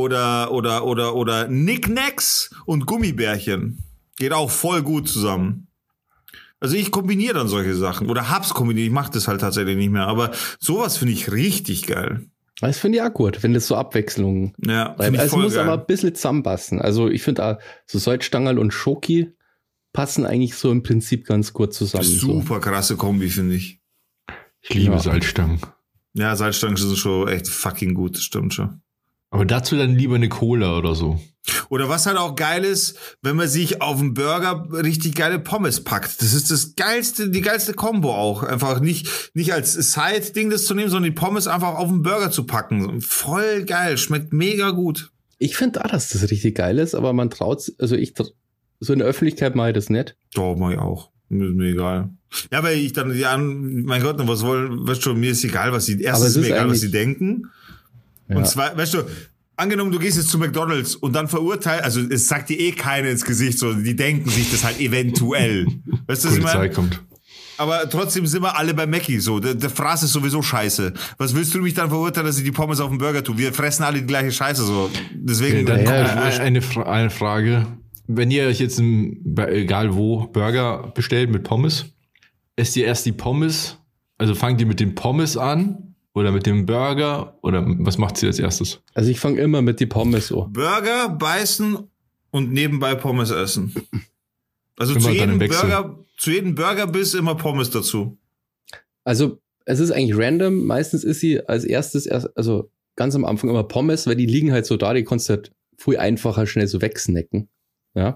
Knickknacks und Gummibärchen. Geht auch voll gut zusammen. Also ich kombiniere dann solche Sachen. Oder hab's kombiniert. Ich mache das halt tatsächlich nicht mehr. Aber sowas finde ich richtig geil. Das finde ich auch gut, wenn das so Abwechslung. Ja, finde ich voll geil. Es muss aber ein bisschen zusammenpassen. Also ich finde auch so Salzstangerl und Schoki passen eigentlich so im Prinzip ganz gut zusammen. Super krasse Kombi, finde ich. Ich liebe Salzstangen. Ja, Salzstangen sind schon echt fucking gut. Das stimmt schon. Aber dazu dann lieber eine Cola oder so. Oder was halt auch geil ist, wenn man sich auf einen Burger richtig geile Pommes packt. Das ist die geilste Kombo auch. Einfach nicht als Side-Ding das zu nehmen, sondern die Pommes einfach auf den Burger zu packen. Voll geil, schmeckt mega gut. Ich finde auch, dass das richtig geil ist, aber man traut, so in der Öffentlichkeit mache ich das nicht. Doch, mach ich auch. Ist mir egal. Ja, weil ich dann, mein Gott, was wollen, weißt du, mir ist egal, was sie, erstens ist mir egal, was sie denken. Ja. Und zwar, weißt du, angenommen, du gehst jetzt zu McDonald's und dann verurteilt, also es sagt dir keiner ins Gesicht, so, die denken sich das halt eventuell. Weißt du, was ich meine? Kommt. Aber trotzdem sind wir alle bei Mackie so. Der Fraß ist sowieso scheiße. Was willst du mich dann verurteilen, dass ich die Pommes auf den Burger tue? Wir fressen alle die gleiche Scheiße so. Deswegen. Dann eine Frage. Wenn ihr euch jetzt egal wo Burger bestellt mit Pommes, esst ihr erst die Pommes, also fangt ihr mit den Pommes an? Oder mit dem Burger? Oder was macht sie als erstes? Also ich fange immer mit die Pommes so. Burger, beißen und nebenbei Pommes essen. Also zu jedem Burgerbiss immer Pommes dazu. Also es ist eigentlich random. Meistens ist sie als erstes, also ganz am Anfang immer Pommes, weil die liegen halt so da, die kannst du halt viel einfacher schnell so wegsnacken. Ja.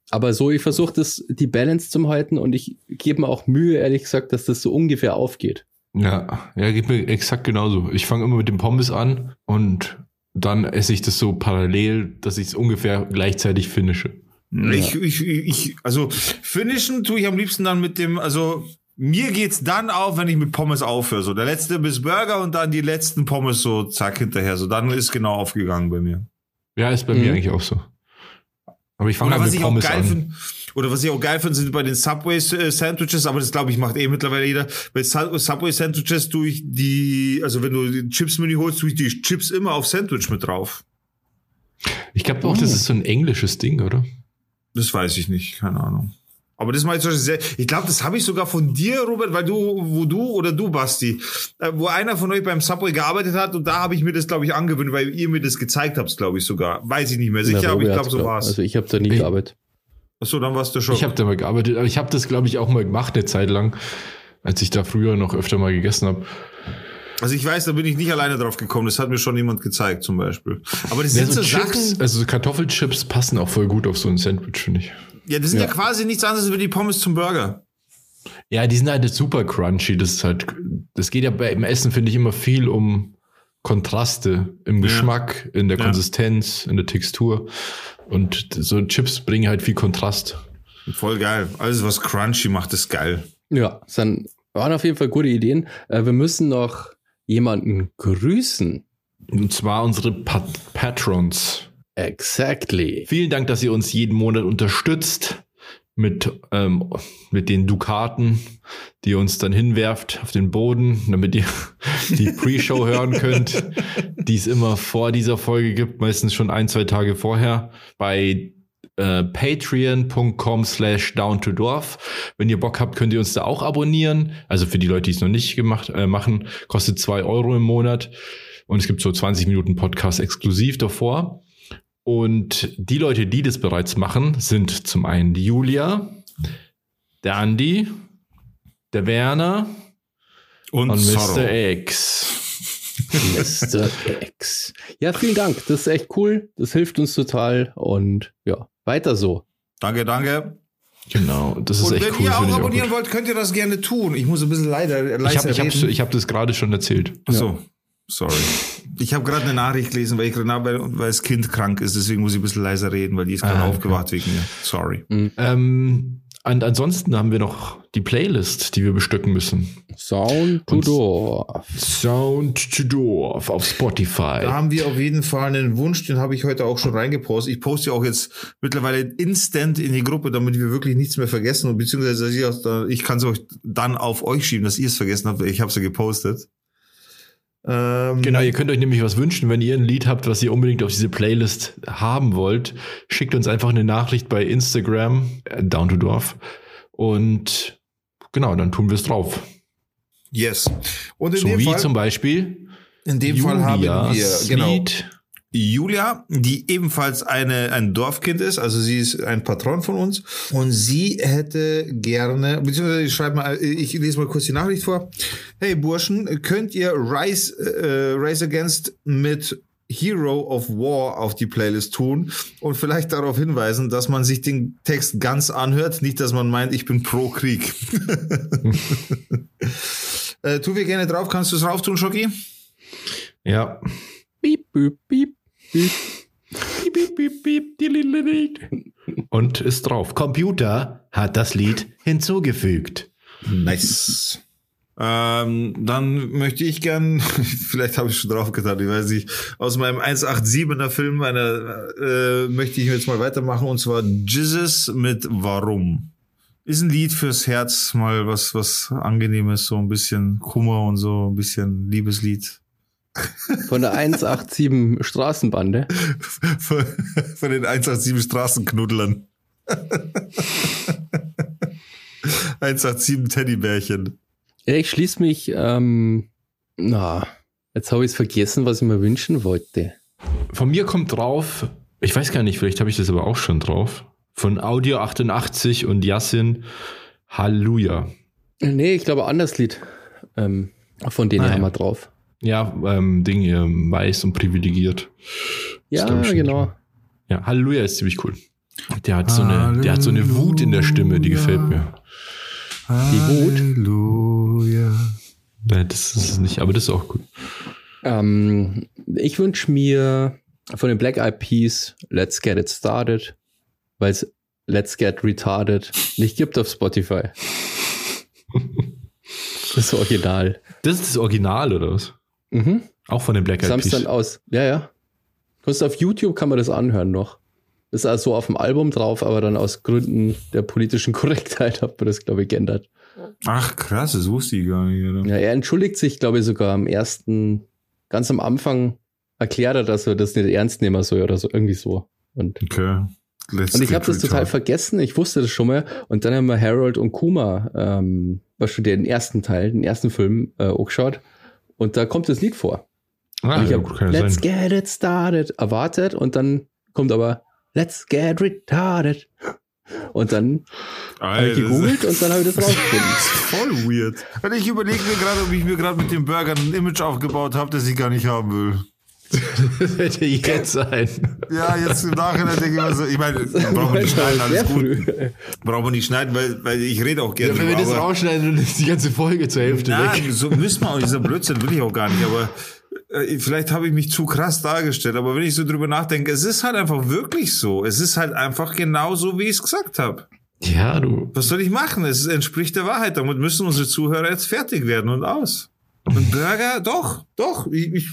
Aber so, ich versuche die Balance zu halten und ich gebe mir auch Mühe, ehrlich gesagt, dass das so ungefähr aufgeht. Ja, geht mir exakt genauso. Ich fange immer mit dem Pommes an und dann esse ich das so parallel, dass ich es ungefähr gleichzeitig finische. Ja. Also finishen tue ich am liebsten dann mit dem, also mir geht's dann auf, wenn ich mit Pommes aufhöre. So der letzte bis Burger und dann die letzten Pommes so zack hinterher. So dann ist genau aufgegangen bei mir. Ja, ist bei mir eigentlich auch so. Aber ich fange halt mit Pommes an. Oder was ich auch geil finde, sind bei den Subway-Sandwiches, aber das glaube ich macht mittlerweile jeder. Bei Subway-Sandwiches tue ich also wenn du die Chips-Menü holst, tue ich die Chips immer auf Sandwich mit drauf. Ich glaube auch, das ist so ein englisches Ding, oder? Das weiß ich nicht, keine Ahnung. Aber das mache ich zum Beispiel sehr. Ich glaube, das habe ich sogar von dir, Robert, weil du, Basti, wo einer von euch beim Subway gearbeitet hat und da habe ich mir das, glaube ich, angewöhnt, weil ihr mir das gezeigt habt, glaube ich sogar. Weiß ich nicht mehr sicher, aber ich glaube, so war's. Also ich habe da nie gearbeitet. Achso, dann warst du schon. Ich habe da mal gearbeitet, aber ich habe das, glaube ich, auch mal gemacht eine Zeit lang, als ich da früher noch öfter mal gegessen habe. Also ich weiß, da bin ich nicht alleine drauf gekommen. Das hat mir schon jemand gezeigt, zum Beispiel. Aber das sind so Chips, Sachen. Also Kartoffelchips passen auch voll gut auf so ein Sandwich, finde ich. Ja, das sind ja quasi nichts anderes als die Pommes zum Burger. Ja, die sind halt super crunchy. Das geht ja beim Essen, finde ich, immer viel um Kontraste im Geschmack, in der Konsistenz, in der Textur. Und so Chips bringen halt viel Kontrast. Voll geil. Alles, was crunchy macht, ist geil. Ja, waren auf jeden Fall gute Ideen. Wir müssen noch jemanden grüßen. Und zwar unsere Patrons. Exactly. Vielen Dank, dass ihr uns jeden Monat unterstützt mit den Dukaten, die ihr uns dann hinwerft auf den Boden, damit ihr die Pre-Show hören könnt, die es immer vor dieser Folge gibt, meistens schon 1-2 Tage vorher, bei patreon.com/downtodorf. Wenn ihr Bock habt, könnt ihr uns da auch abonnieren. Also für die Leute, die es noch nicht machen, kostet 2 € im Monat. Und es gibt so 20 Minuten Podcast exklusiv davor. Und die Leute, die das bereits machen, sind zum einen die Julia, der Andi, der Werner und Mr. X. Mr. X. Ja, vielen Dank. Das ist echt cool. Das hilft uns total. Und ja, weiter so. Danke. Genau, das ist echt cool. Und wenn ihr auch abonnieren wollt, könnt ihr das gerne tun. Ich muss ein bisschen leiser reden. Ich hab das gerade schon erzählt. Achso, sorry. Ich habe gerade eine Nachricht gelesen, weil das Kind krank ist. Deswegen muss ich ein bisschen leiser reden, weil die ist gerade aufgewacht wegen mir. Sorry. Ansonsten haben wir noch die Playlist, die wir bestücken müssen. Sound to Dorf auf Spotify. Da haben wir auf jeden Fall einen Wunsch, den habe ich heute auch schon reingepostet. Ich poste ja auch jetzt mittlerweile instant in die Gruppe, damit wir wirklich nichts mehr vergessen. Und beziehungsweise ich kann es euch dann auf euch schieben, dass ihr es vergessen habt. Ich habe es ja gepostet. Genau, ihr könnt euch nämlich was wünschen, wenn ihr ein Lied habt, was ihr unbedingt auf diese Playlist haben wollt. Schickt uns einfach eine Nachricht bei Instagram, downtodorf. Und genau, dann tun wir es drauf. Yes. Und in so dem wie Fall, zum Beispiel in dem Fall haben wir Lied. Julia, die ebenfalls ein Dorfkind ist, also sie ist ein Patron von uns und sie hätte gerne, beziehungsweise ich lese mal kurz die Nachricht vor. Hey Burschen, könnt ihr Rise Against mit Hero of War auf die Playlist tun und vielleicht darauf hinweisen, dass man sich den Text ganz anhört, nicht, dass man meint, ich bin pro Krieg. Tun wir gerne drauf, kannst du es rauf tun, Schocki? Ja. Piep, piep, piep. Piep, piep, piep, piep. Und ist drauf. Computer hat das Lied hinzugefügt. Nice. Dann möchte ich gern, vielleicht habe ich schon drauf getan, ich weiß nicht, aus meinem 187er Film möchte ich jetzt mal weitermachen, und zwar Jesus mit Warum. Ist ein Lied fürs Herz, mal was Angenehmes, so ein bisschen Kummer und so ein bisschen Liebeslied. Von der 187 Straßenbande. Von den 187 Straßenknuddlern. 187 Teddybärchen. Ja, ich schließe mich, jetzt habe ich es vergessen, was ich mir wünschen wollte. Von mir kommt drauf, ich weiß gar nicht, vielleicht habe ich das aber auch schon drauf, von Audio 88 und Yassin, Halleluja. Nee, ich glaube, anderes Lied. Von denen haben wir drauf. Ja, weiß und privilegiert. Ja, genau. Ja, Halleluja ist ziemlich cool. Der hat so eine Wut in der Stimme, die gefällt mir. Die Wut? Halleluja. Das ist nicht, aber das ist auch gut. Ich wünsche mir von den Black Eyed Peas Let's Get It Started, weil es Let's Get Retarded nicht gibt auf Spotify. Das Original. Das ist das Original, oder was? Mhm. Auch von den Black Eyed Peas. Dann aus. Ja. Auf YouTube kann man das anhören noch. Das ist also auf dem Album drauf, aber dann aus Gründen der politischen Korrektheit hat man das, glaube ich, geändert. Ach krass, das wusste ich gar nicht. Oder? Ja, er entschuldigt sich, glaube ich, sogar ganz am Anfang erklärt er, dass er das nicht ernst nehmen soll oder so, irgendwie so. Und ich habe das total vergessen, ich wusste das schon mal. Und dann haben wir Harold und Kuma, den ersten Film angeschaut. Und da kommt das Lied vor. Und ich habe Let's Get It Started erwartet und dann kommt aber Let's Get Retarded. Und dann habe ich gegoogelt und dann habe ich das rausgefunden. Das ist voll weird. Und ich überlege mir gerade, ob ich mir gerade mit dem Burger ein Image aufgebaut habe, das ich gar nicht haben will. Das hätte jetzt sein. Ja, jetzt im Nachhinein denke ich mir so, ich meine, brauchen wir nicht schneiden, alles gut. Brauchen wir nicht schneiden, weil ich rede auch gerne. Ja, wenn wir das rausschneiden, dann ist die ganze Folge zur Hälfte weg. Nein, so müssen wir auch, dieser Blödsinn will ich auch gar nicht, aber vielleicht habe ich mich zu krass dargestellt, aber wenn ich so drüber nachdenke, es ist halt einfach wirklich so. Es ist halt einfach genau so, wie ich es gesagt habe. Ja, du. Was soll ich machen? Es entspricht der Wahrheit. Damit müssen unsere Zuhörer jetzt fertig werden und aus. Und Burger, doch. Ich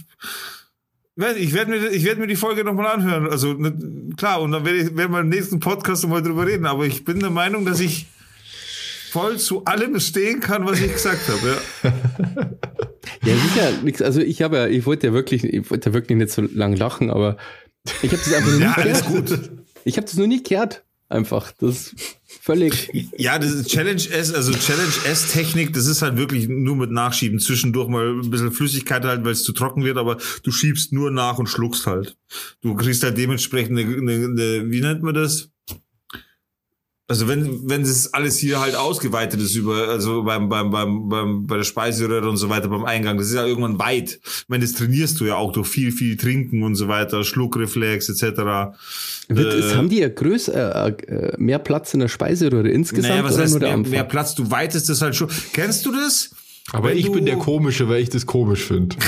werde mir die Folge nochmal anhören. Also, klar, und dann werden wir im nächsten Podcast nochmal drüber reden. Aber ich bin der Meinung, dass ich voll zu allem stehen kann, was ich gesagt habe. Ja. Ja, sicher, nix. Also ich wollte ja wirklich nicht so lang lachen, aber ich habe das einfach nur nie gehört. Alles gut. Ich habe das nur nie gehört. Einfach, das ist völlig. Ja, das ist Challenge S Technik, das ist halt wirklich nur mit Nachschieben. Zwischendurch mal ein bisschen Flüssigkeit halt, weil es zu trocken wird, aber du schiebst nur nach und schluckst halt. Du kriegst halt dementsprechend eine wie nennt man das? Also wenn das alles hier halt ausgeweitet ist also bei der Speiseröhre und so weiter, beim Eingang, das ist ja irgendwann weit. Ich meine, das trainierst du ja auch durch viel Trinken und so weiter, Schluckreflex etc. Haben die ja mehr Platz in der Speiseröhre insgesamt? Naja, was heißt mehr Platz? Du weitest das halt schon. Kennst du das? Aber ich bin der Komische, weil ich das komisch finde.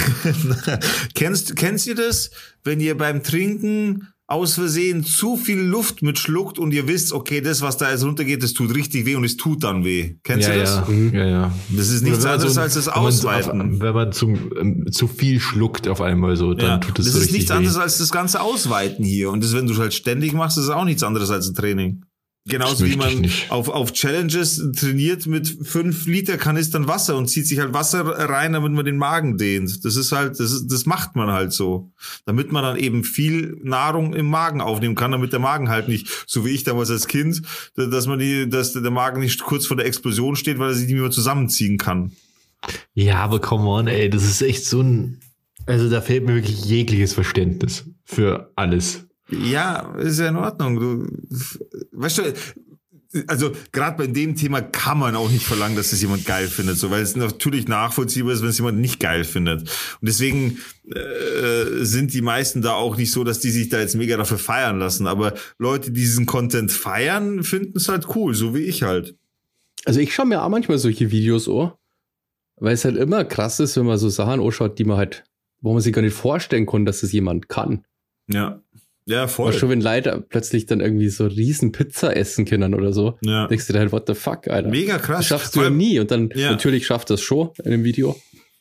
Kennst ihr das, wenn ihr beim Trinken aus Versehen zu viel Luft mitschluckt und ihr wisst, okay, das, was da jetzt runtergeht, das tut richtig weh und es tut dann weh. Kennst du das? Ja. Das ist nichts anderes als das Ausweiten. Wenn man zu viel schluckt auf einmal so, dann tut es so richtig weh. Das ist nichts anderes als das ganze Ausweiten hier. Und das, wenn du es halt ständig machst, ist es auch nichts anderes als ein Training. Genauso wie man auf Challenges trainiert mit 5 Liter Kanistern Wasser und zieht sich halt Wasser rein, damit man den Magen dehnt. Das ist halt, das macht man halt so. Damit man dann eben viel Nahrung im Magen aufnehmen kann, damit der Magen halt nicht, so wie ich damals als Kind, dass der Magen nicht kurz vor der Explosion steht, weil er sich nicht mehr zusammenziehen kann. Ja, aber come on, ey, das ist echt so also da fehlt mir wirklich jegliches Verständnis für alles. Ja, ist ja in Ordnung. Weißt du, also gerade bei dem Thema kann man auch nicht verlangen, dass es jemand geil findet, so, weil es natürlich nachvollziehbar ist, wenn es jemand nicht geil findet. Und deswegen sind die meisten da auch nicht so, dass die sich da jetzt mega dafür feiern lassen. Aber Leute, die diesen Content feiern, finden es halt cool, so wie ich halt. Also ich schaue mir auch manchmal solche Videos an, weil es halt immer krass ist, wenn man so Sachen anschaut, wo man sich gar nicht vorstellen kann, dass das jemand kann. Ja, voll. Aber schon wenn Leute plötzlich dann irgendwie so riesen Pizza essen können oder so, denkst du dir halt, what the fuck, Alter. Mega krass. Das schaffst du ja nie. Und dann natürlich schafft das schon in dem Video.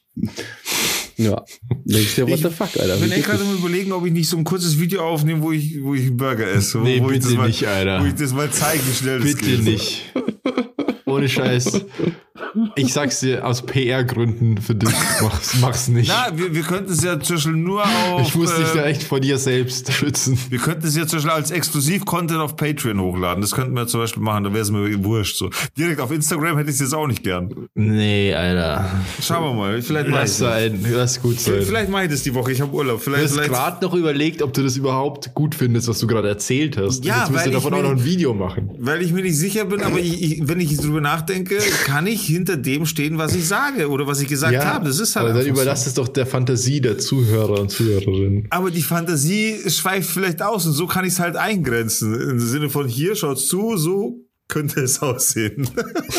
Ja. Denkst du dir, what the fuck, Alter. Ich bin gerade mal überlegen, ob ich nicht so ein kurzes Video aufnehme, wo ich einen Burger esse. Nee, bitte nicht, Alter. Wo ich das mal zeige, wie schnell das geht. Bitte nicht. Ohne Scheiß. Ich sag's dir aus PR-Gründen für dich, mach's nicht. Na, wir könnten es ja zwischen nur auf... Ich muss dich da echt vor dir selbst schützen. Wir könnten es ja zwischen als Exklusiv-Content auf Patreon hochladen. Das könnten wir zum Beispiel machen, da wäre es mir wurscht. So. Direkt auf Instagram hätte ich es jetzt auch nicht gern. Nee, Alter. Schauen wir mal. Vielleicht lass gut sein. Vielleicht mache ich das die Woche, ich habe Urlaub. Du hast gerade noch überlegt, ob du das überhaupt gut findest, was du gerade erzählt hast. Ja, jetzt müsst ihr davon auch noch ein Video machen. Weil ich mir nicht sicher bin, aber wenn ich drüber nachdenke, kann ich hinter hinter dem stehen, was ich sage oder was ich gesagt habe. Das ist halt aber dann überlass es doch der Fantasie der Zuhörer und Zuhörerinnen. Aber die Fantasie schweift vielleicht aus und so kann ich es halt eingrenzen. Im Sinne von hier, schaut's zu, so könnte es aussehen.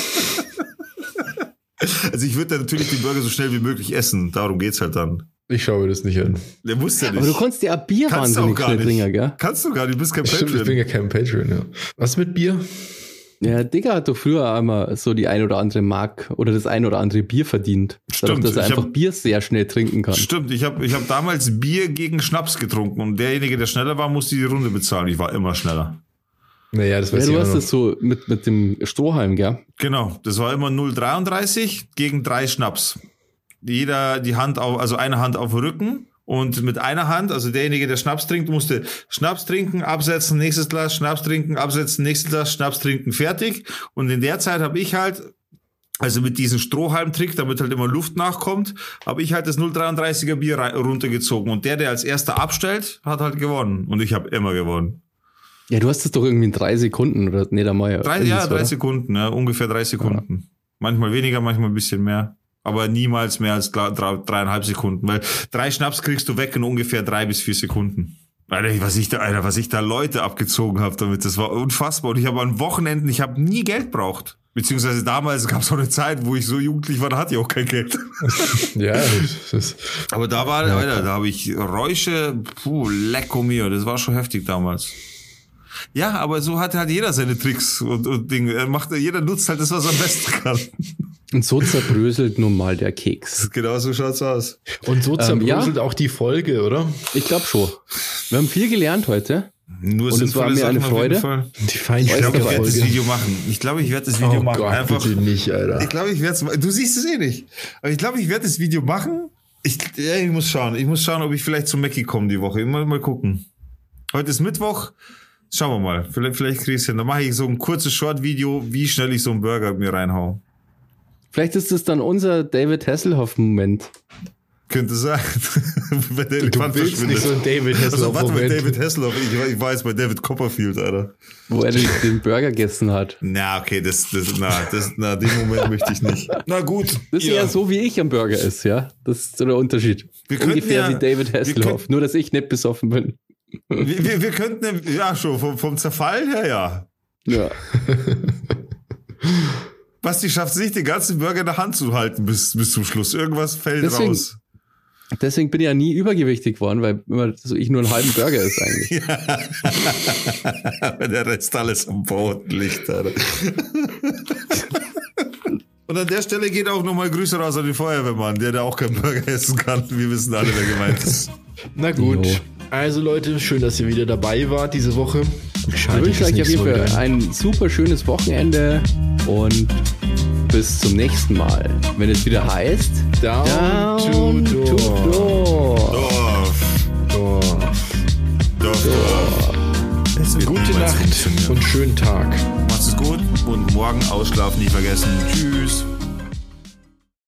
Also ich würde dann natürlich den Burger so schnell wie möglich essen. Darum geht's halt dann. Ich schaue mir das nicht an. Der muss ja nicht. Aber du konntest ja Bier wahnsinnig schnell trinken, gell? Kannst du gar nicht, du bist kein Patreon. Stimmt, ich bin ja kein Patreon, ja. Was mit Bier? Ja, Digga hat doch früher einmal so die ein oder andere Mark oder das ein oder andere Bier verdient. Stimmt. Dadurch, dass er einfach Bier sehr schnell trinken kann. Stimmt, ich hab damals Bier gegen Schnaps getrunken und derjenige, der schneller war, musste die Runde bezahlen. Ich war immer schneller. Naja, das weiß ja, ich du auch hast noch. das so mit dem Strohhalm, gell? Genau, das war immer 0,33 gegen 3 Schnaps. Jeder die Hand auf, also eine Hand auf den Rücken und mit einer Hand, also derjenige, der Schnaps trinkt, musste Schnaps trinken, absetzen, nächstes Glas, Schnaps trinken, absetzen, nächstes Glas, Schnaps trinken, fertig. Und in der Zeit habe ich halt, also mit diesem Strohhalmtrick, damit halt immer Luft nachkommt, habe ich halt das 0,33er Bier runtergezogen. Und der als erster abstellt, hat halt gewonnen. Und ich habe immer gewonnen. Ja, du hast das doch irgendwie in 3 Sekunden oder nee, da mal ja. 3 Sekunden, ja, ungefähr 3 Sekunden. Ja. Manchmal weniger, manchmal ein bisschen mehr. Aber niemals mehr als 3,5 Sekunden. Weil 3 Schnaps kriegst du weg in ungefähr 3 bis 4 Sekunden. Alter, was ich da Leute abgezogen habe damit, das war unfassbar. Und ich habe an Wochenenden, ich habe nie Geld braucht. Beziehungsweise damals gab es auch eine Zeit, wo ich so jugendlich war, da hatte ich auch kein Geld. Ja, das aber da war, Alter, da habe ich Räusche, lecko mio, das war schon heftig damals. Ja, aber so hat halt jeder seine Tricks und Dinge. Jeder nutzt halt das, was er am besten kann. Und so zerbröselt nun mal der Keks. Genau so schaut's aus. Und so zerbröselt auch die Folge, oder? Ich glaube schon. Wir haben viel gelernt heute. Nur und es war mir eine Freude. Die feinste Ich glaube, ich werde Folge. das Video machen. Ich werde das Video machen. Gott, einfach. Bitte nicht, Alter. Ich glaube, ich werde es. Du siehst es eh nicht. Aber ich glaube, ich werde das Video machen. Ich muss schauen. Ich muss schauen, ob ich vielleicht zu Mackie komme die Woche. Mal gucken. Heute ist Mittwoch. Schauen wir mal. Vielleicht kriege ich es hin. Dann mache ich so ein kurzes Short-Video, wie schnell ich so einen Burger mir reinhau. Vielleicht ist das dann unser David Hasselhoff-Moment. Könnte sein. Wenn der Elefant Du willst nicht so ein David Also Hasselhoff. warte mal, David Hasselhoff. Ich war jetzt bei David Copperfield, Alter. Wo er den Burger gegessen hat. Na, okay, den Moment möchte ich nicht. Na gut. Das ist eher so, wie ich am Burger ist, ja. Das ist so der Unterschied. Ungefähr wie David Hasselhoff. Nur, dass ich nicht besoffen bin. Wir könnten, ja schon, vom Zerfallen her, ja. Ja. Basti schafft es nicht, den ganzen Burger in der Hand zu halten bis zum Schluss. Irgendwas fällt raus. Deswegen bin ich ja nie übergewichtig geworden, weil immer so ich nur einen halben Burger esse eigentlich. Ja. Wenn der Rest alles am Boden liegt, Alter. Und an der Stelle geht auch nochmal Grüße raus an den Feuerwehrmann, der da auch keinen Burger essen kann. Wir wissen alle, wer gemeint ist. Na gut. Jo. Also Leute, schön, dass ihr wieder dabei wart diese Woche. Ich wünsche euch auf jeden Fall ein super schönes Wochenende und bis zum nächsten Mal. Wenn es wieder heißt Down to Dorf. Dorf. Gute Nacht und schönen Tag. Macht's gut und morgen ausschlafen nicht vergessen. Tschüss.